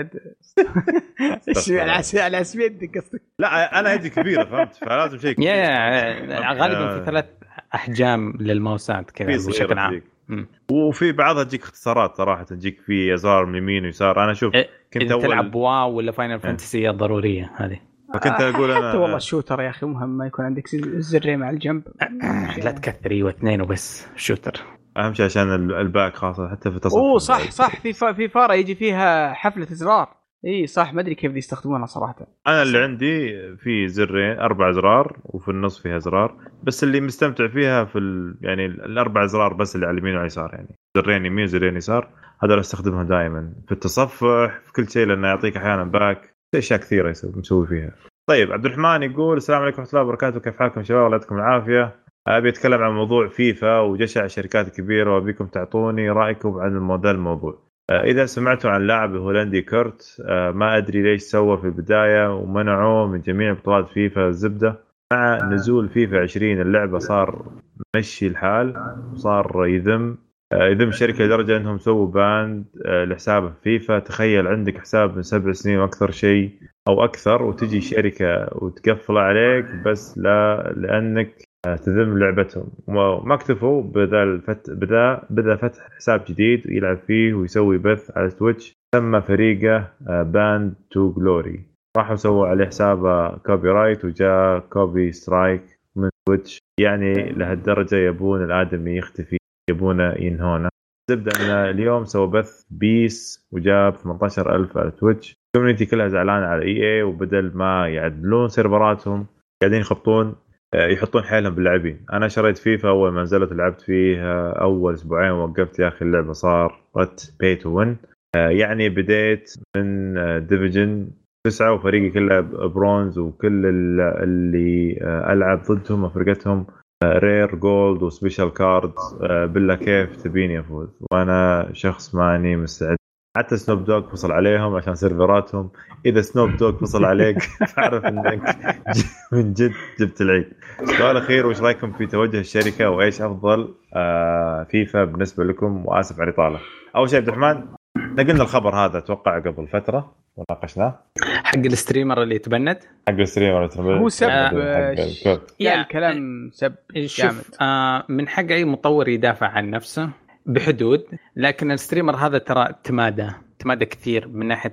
على حسب يدك قصدك. لا انا يدي كبيره فهمت، فلازم شيء كبير. غالبا في 3 احجام للماوسات كذا بشكل عام. وفي بعضها تجيك اختصارات صراحه، تجيك في ازرار من يمين ويسار. انا شوف كنت اول تلعب واو ولا فاينل فانتسي ضروريه هذه. فكنت اقول انا حتى والله الشوتر يا اخي مهم ما يكون عندك الزرين مع الجنب. لا تكثري واثنين وبس شوتر اهم شيء عشان الباك خاصه حتى في تصفح. صح في فاره يجي فيها حفله ازرار. اي صح، ما ادري كيف يستخدمونها صراحه. انا اللي عندي في زرين 4 ازرار وفي النص فيها ازرار، بس اللي مستمتع فيها في يعني الاربع ازرار بس اللي على اليمين واليسار، يعني زرين يمين وزرين يسار، هذول استخدمهم دائما في التصفح في كل شيء، لانه يعطيك احيانا باك اشياء كثيره مسوي فيها. طيب عبد الرحمن يقول السلام عليكم ورحمه الله وبركاته، كيف حالكم شباب؟ الله يعطيكم العافيه. ابي اتكلم عن موضوع فيفا وجشع الشركات الكبيره، وابيكم تعطوني رايكم عن الموضوع. اذا سمعتوا عن لاعب هولندي كورت، ما ادري ليش سوى في البدايه ومنعوه من جميع بطولات فيفا الزبده. مع نزول فيفا 20 اللعبه صار مشي الحال، وصار يذم الشركه لدرجه انهم سووا باند لحسابه في فيفا. تخيل عندك حساب من 7 سنين واكثر شيء او اكثر، وتجي شركه وتقفل عليك بس لانك تذم لعبتهم. وما اكتفوا، بدا فتح حساب جديد يلعب فيه ويسوي بث على تويتش، سمى فريقه باند تو جلوري. راحوا سووا عليه حسابه كوبي رايت وجاء كوبي سترايك من تويتش. يعني لهالدرجه يبون الادمي يختفي، يبونه ينهونه. زبده ان اليوم سوى بث بيس وجاب 18,000 على تويتش. الكوميونتي كلها زعلانه على اي وبدل ما يعدلون سيرفراتهم قاعدين يحطون حيلهم باللاعبين. انا شريت فيفا اول ما نزلت لعبت فيها اول اسبوعين ووقفت. يا اخي اللعبه صارت بي تو وين. يعني بديت من ديفيجن 9 وفريقي كله برونز، وكل اللي العب ضدهم وفرقتهم رير جولد وسبيشال كارد. بالله كيف تبيني افوز وانا شخص ماني مستعد. حتى سنوب دوغ فصل عليهم عشان سيرفراتهم. اذا سنوب دوغ فصل عليك فاعرف انك من جد جبت العيد. سؤال اخير، وش رايكم في توجه الشركه وايش افضل فيفا بالنسبه لكم؟ واسف على الاطاله. اول شيء عبد الرحمن، نقلنا الخبر هذا اتوقع قبل فتره وناقشناه، حق الستريمر اللي تبند. هو سب الكلام سب جامد. من حق اي مطور يدافع عن نفسه بحدود، لكن الستريمر هذا ترى تمادى كثير من ناحيه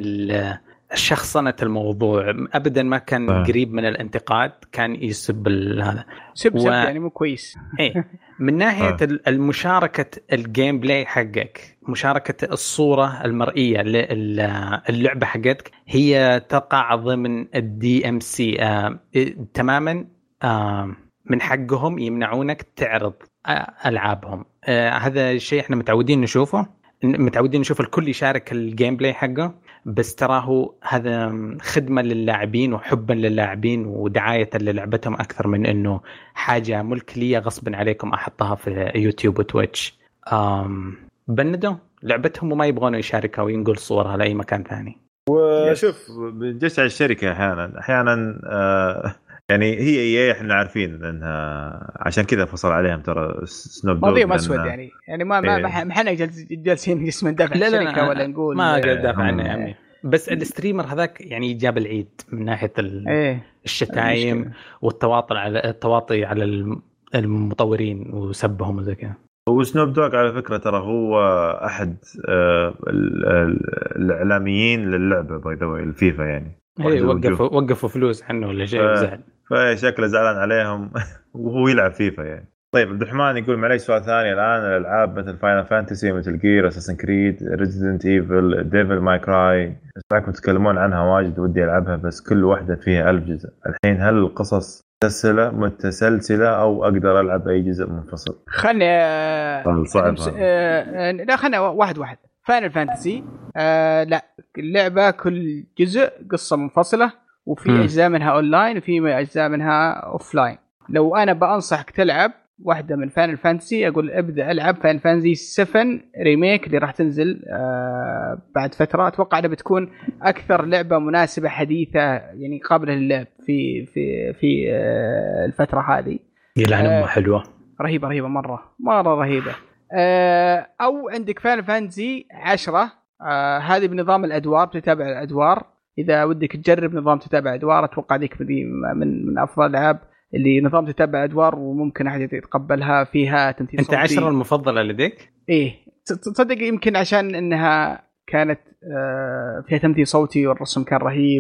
الشخصنة الموضوع. ابدا ما كان قريب من الانتقاد، كان يسب هذا سب يعني مو كويس. ايه من ناحيه المشاركه الجيم بلاي حقك، مشاركه الصوره المرئيه للعبه حقتك، هي تقع ضمن الدي ام سي تماما. من حقهم يمنعونك تعرض العابهم. هذا الشيء احنا متعودين نشوفه الكل يشارك الجيم بلاي حقه، بس تراه هذا خدمة للاعبين وحبا للاعبين ودعاية للعبتهم أكثر من أنه حاجة ملك لي غصبا عليكم أحطها في يوتيوب وتويتش. بندوا لعبتهم وما يبغونوا يشاركها وينقل صورها لأي مكان ثاني. وشوف جيش على الشركة أحيانا يعني هي احنا عارفين انها عشان كذا فصل عليهم ترى سنوب دوغ. ماضي مسود يعني ما احنا جالسين اسم ندافع عن الشركه ولا نقول ما قاعد ندافع عنه يا عمي. بس الستريمر هذاك يعني جاب العيد من ناحيه الشتايم والتواطي على المطورين وسبهم وزي كذا. وسنوب دوغ على فكرة ترى هو أحد الإعلاميين للعبة باي ذا واي الفيفا يعني. وقفوا فلوس عنه ولا شيء وزعل. فشكله زعلان عليهم وهو يلعب فيفا يعني. طيب عبد الرحمن يقول معليش سؤال ثاني الآن. الألعاب مثل فاينل فانتسي مثل جير أساسن كريد ريزيدنت ايفل ديفل ماي كراي اسمعكم تتكلمون عنها واجد ودي ألعبها بس كل واحدة فيها 1000 جزء. الحين هل القصص متسلسلة أو أقدر ألعب أي جزء منفصل؟ لا خلنا واحد فاينل فانتسي لا اللعبة كل جزء قصة منفصلة وفي أجزاء منها أونلاين وفي أجزاء منها أوفلاين. لو أنا بأنصحك تلعب واحدة من فاينل فانتسي أقول ابدأ ألعب فاينل فانتسي 7 ريميك اللي راح تنزل بعد فترة. أتوقع أنها بتكون أكثر لعبة مناسبة حديثة يعني قابلة للعب في الفترة هذه. يلعن حلوة رهيبة مرة رهيبة. أو عندك فاينل فانتسي 10 هذه بنظام الأدوار بتتابع الأدوار. إذا ودك تجرب نظام تتابع أدوار أتوقع ذيك من أفضل الألعاب اللي نظام تتابع أدوار وممكن أحد يتقبلها فيها تمثيل صوتي. أنت 10 المفضلة لديك؟ إيه تصدق يمكن عشان إنها كانت فيها تمثيل صوتي والرسم كان رهيب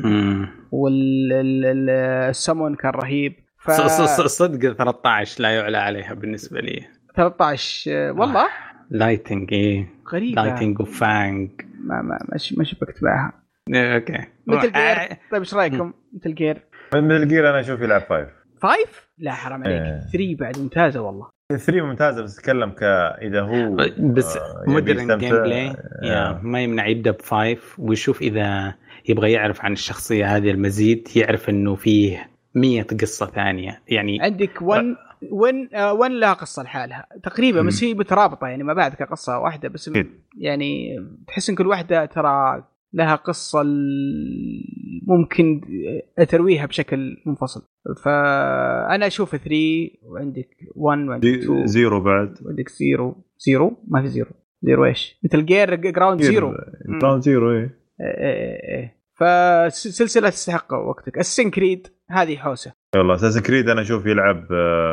والسمون كان رهيب. صدق 13 لا يعلى عليها بالنسبة لي. 13 والله لايتنج إيه غريبة. لايتنج وفانج ما شبكت معها. اوكي مثل جير. طيب ايش رايكم مثل جير؟ مثل جير انا اشوف يلعب 5 لا حرام عليك 3 بعد ممتازه والله. 3 ممتازه بس اتكلم اذا هو بس مودرن جيم بلاي ما يمنع يبدا ب5 ويشوف اذا يبغى يعرف عن الشخصيه هذه المزيد يعرف انه فيه 100 قصه ثانيه يعني. عندك 1 لها قصه لحالها تقريبا بس هي مترابطه يعني ما بعد كقصه واحده بس يعني تحس ان كل واحده ترى لها قصة ممكن أترويها بشكل منفصل. فأنا أشوف 3 وعندك 1 وعندك 2 0 بعد وعندك 0 ما في 0 إيش مثل جير جراوند 0 جراوند 0 إيه. فسلسلة تستحق وقتك. أساسن كريد هذه حوسة والله. أساسن كريد أنا أشوف يلعب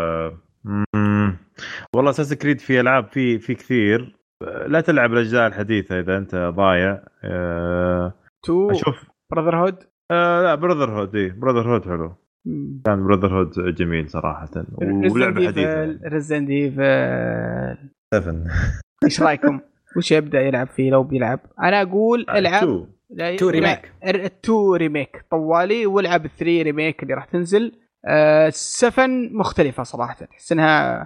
والله أساسن كريد في ألعاب في كثير. لا تلعب الأجزاء الحديثة إذا أنت ضايع. أشوف براذر هود. لا براذر هود براذر هود حلو. كان براذر هود جميل صراحة ولعبة حديثة. ريزيدنت ايفل 7 إيش رأيكم؟ وش يبدأ يلعب فيه لو بيلعب؟ أنا أقول العب 2 ريميك 2 ريميك طوالي والعب 3 ريميك اللي راح تنزل. 7 مختلفة صراحة تحس إنها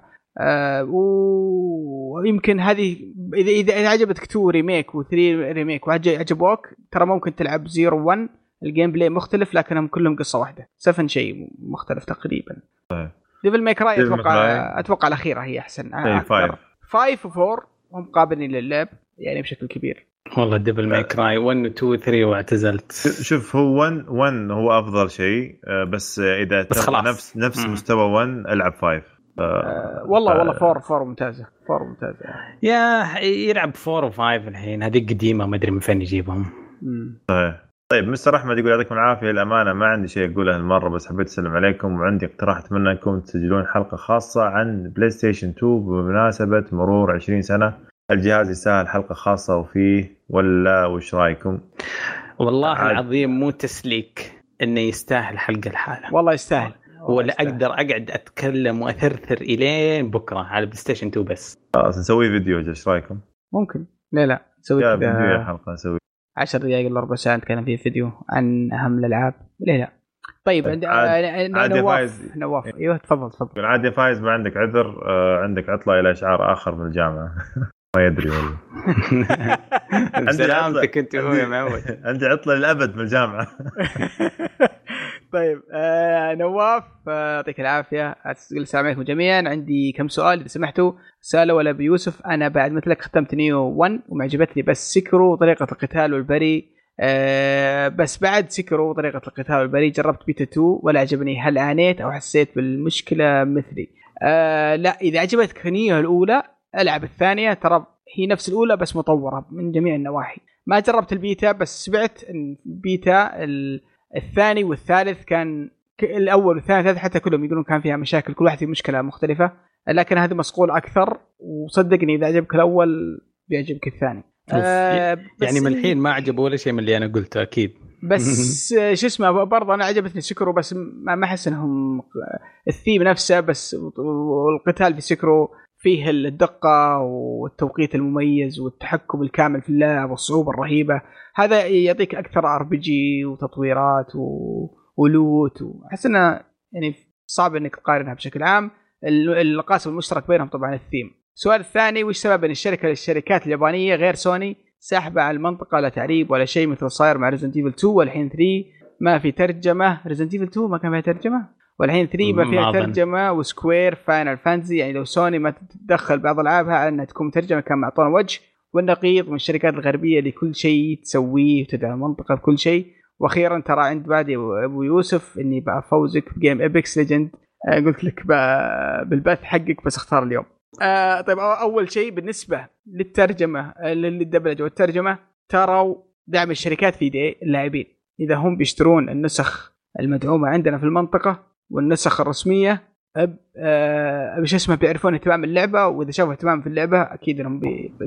ويمكن هذه إذا عجبتك 2 ريميك و3 ريميك وعجبوك ترى ممكن تلعب 0 1 الجيم بلاي مختلف لكنهم كلهم قصة واحدة. 7 شيء مختلف تقريبا. ديفل ماي كراي أتوقع الأخيرة هي أحسن. 5 و4 هم قابلين للعب يعني بشكل كبير. والله ديفل ماي كراي 1 و 2 و 3 واعتزلت. شوف هو 1 هو أفضل شيء بس إذا تبغى نفس مستوى 1 ألعب 5. والله 4 ممتازة. 4 ممتازة يا يلعب 4 و5 الحين هذه قديمة ما أدري من فين يجيبهم. طيب مستر أحمد يقول يعطيكم العافية. الأمانة ما عندي شيء أقوله هالمرة بس حبيت أسلم عليكم وعندي اقتراح أتمنى أنكم تسجلون حلقة خاصة عن بلاي ستيشن 2 بمناسبة مرور 20 سنة. الجهاز يستاهل حلقة خاصة وفيه ولا وش رأيكم؟ والله العظيم مو تسليك إنه يستاهل حلقة الحالة. والله يستاهل. ولا أقدر أقعد أتكلم وأثرثر إلين بكرة على بلاي ستيشن 2 بس. نسوي فيديو ايش رايكم؟ ممكن لا نسوي فيديو حلقة نسوي 10 دقائق إلا ربع ساعة نتكلم فيه فيديو عن أهم الألعاب. لا طيب نواف ايوه تفضل. عادي فايز ما عندك عذر. عندك عطلة إلى إشعار آخر من الجامعة. ما يدري والله. سلامتك انت هو يا معود. عندي عطلة للأبد من الجامعة. طيب نواف يعطيك العافية. السلام عليكم جميعا. عندي كم سؤال إذا سمحتوا. سألوا ولا بيوسف أنا بعد مثلك ختمت نيو 1 ومعجبتني بس سكرو طريقة القتال والبري. بس بعد سكرو طريقة القتال والبري جربت بيتا 2 ولا عجبني. هل عانيت أو حسيت بالمشكلة مثلي؟ لا إذا عجبتك نيو الأولى ألعب الثانية ترى هي نفس الأولى بس مطورة من جميع النواحي. ما جربت البيتا بس سمعت إن بيتا الثاني والثالث كان الأول والثاني والثالث حتى كلهم يقولون كان فيها مشاكل كل واحد في مشكلة مختلفة. لكن هذا مصقول اكثر، وصدقني اذا عجبك الاول بيعجبك الثاني. يعني من الحين ما عجبه ولا شيء من اللي انا قلته اكيد. بس شو اسمه برضه انا عجبتني سكرو، بس ما احس انهم الثيم نفسه بس، والقتال في سكرو فيه الدقه والتوقيت المميز والتحكم الكامل في اللعب والصعوبه الرهيبه، هذا يعطيك اكثر ار بي جي وتطويرات ولوت، واحس انه يعني صعب انك تقارنها بشكل عام. القاسم المشترك بينهم طبعا الثيم. السؤال الثاني، وش سبب ان الشركات اليابانيه غير سوني ساحبه على المنطقه، لا تعريب ولا شيء مثل صاير مع ريزنت ايفل 2 والحين 3 ما في ترجمه. ريزنت ايفل 2 ما كان فيها ترجمه، والحين 3 ما فيها ترجمه. وسكوير فاينل فانتزي، يعني لو سوني ما تتدخل بعض العابها على انها تكون ترجمه كان معطونا وجه. والنقيض من الشركات الغربيه اللي كل شيء تسويه وتدعم المنطقه بكل شيء. واخيرا ترى عند بعد ابو يوسف اني بفوزك بجيم ابيكس ليجند، قلت لك بالبث حقك بس اختار اليوم. طيب اول شيء بالنسبه للترجمه للدبلجه والترجمه، تروا دعم الشركات في يدي اللاعبين. اذا هم بيشترون النسخ المدعومه عندنا في المنطقه والنسخ الرسميه مش اسمه بيعرفون اهتمام اللعبه، واذا شافوا اهتمام في اللعبه اكيد انهم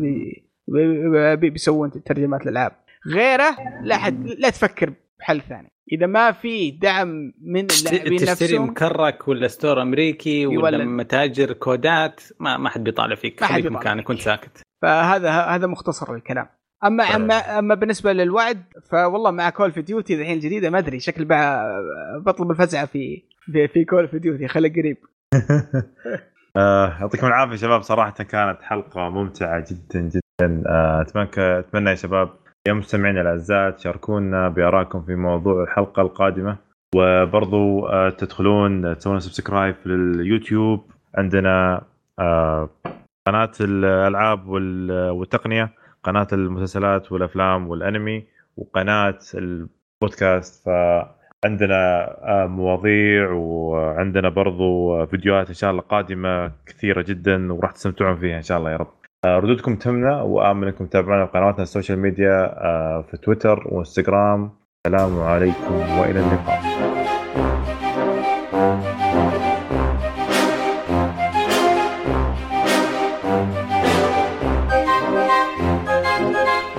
بيسوون ترجمات الالعاب. غيره لا تفكر بحل ثاني. اذا ما في دعم من اللاعبين نفسهم، تشتري مكرك ولا ستور امريكي ولا متاجر كودات، ما حد بيطالع فيك، خليك مكانك كنت ساكت. فهذا مختصر الكلام. اما بالنسبه للوعد، فوالله مع كول في ديوتي الحين الجديده ما ادري شكل بطلب الفزعه في كول في ديوتي، خليك قريب. يعطيكم العافيه شباب، صراحه كانت حلقه ممتعه جدا جدا. اتمنى يا شباب يا مستمعين الاعزاء تشاركونا بارائكم في موضوع الحلقه القادمه، وبرضو تدخلون تسوون سبسكرايب لليوتيوب. عندنا قناه الالعاب والتقنيه، قناه المسلسلات والافلام والانمي، وقناه البودكاست. فعندنا مواضيع وعندنا برضو فيديوهات ان شاء الله قادمه كثيره جدا، وراح تستمتعون فيها ان شاء الله يا رب. ردودكم تهمنا، وآمن انكم تتابعونا في قنواتنا السوشيال ميديا في تويتر وانستغرام. السلام عليكم والى اللقاء.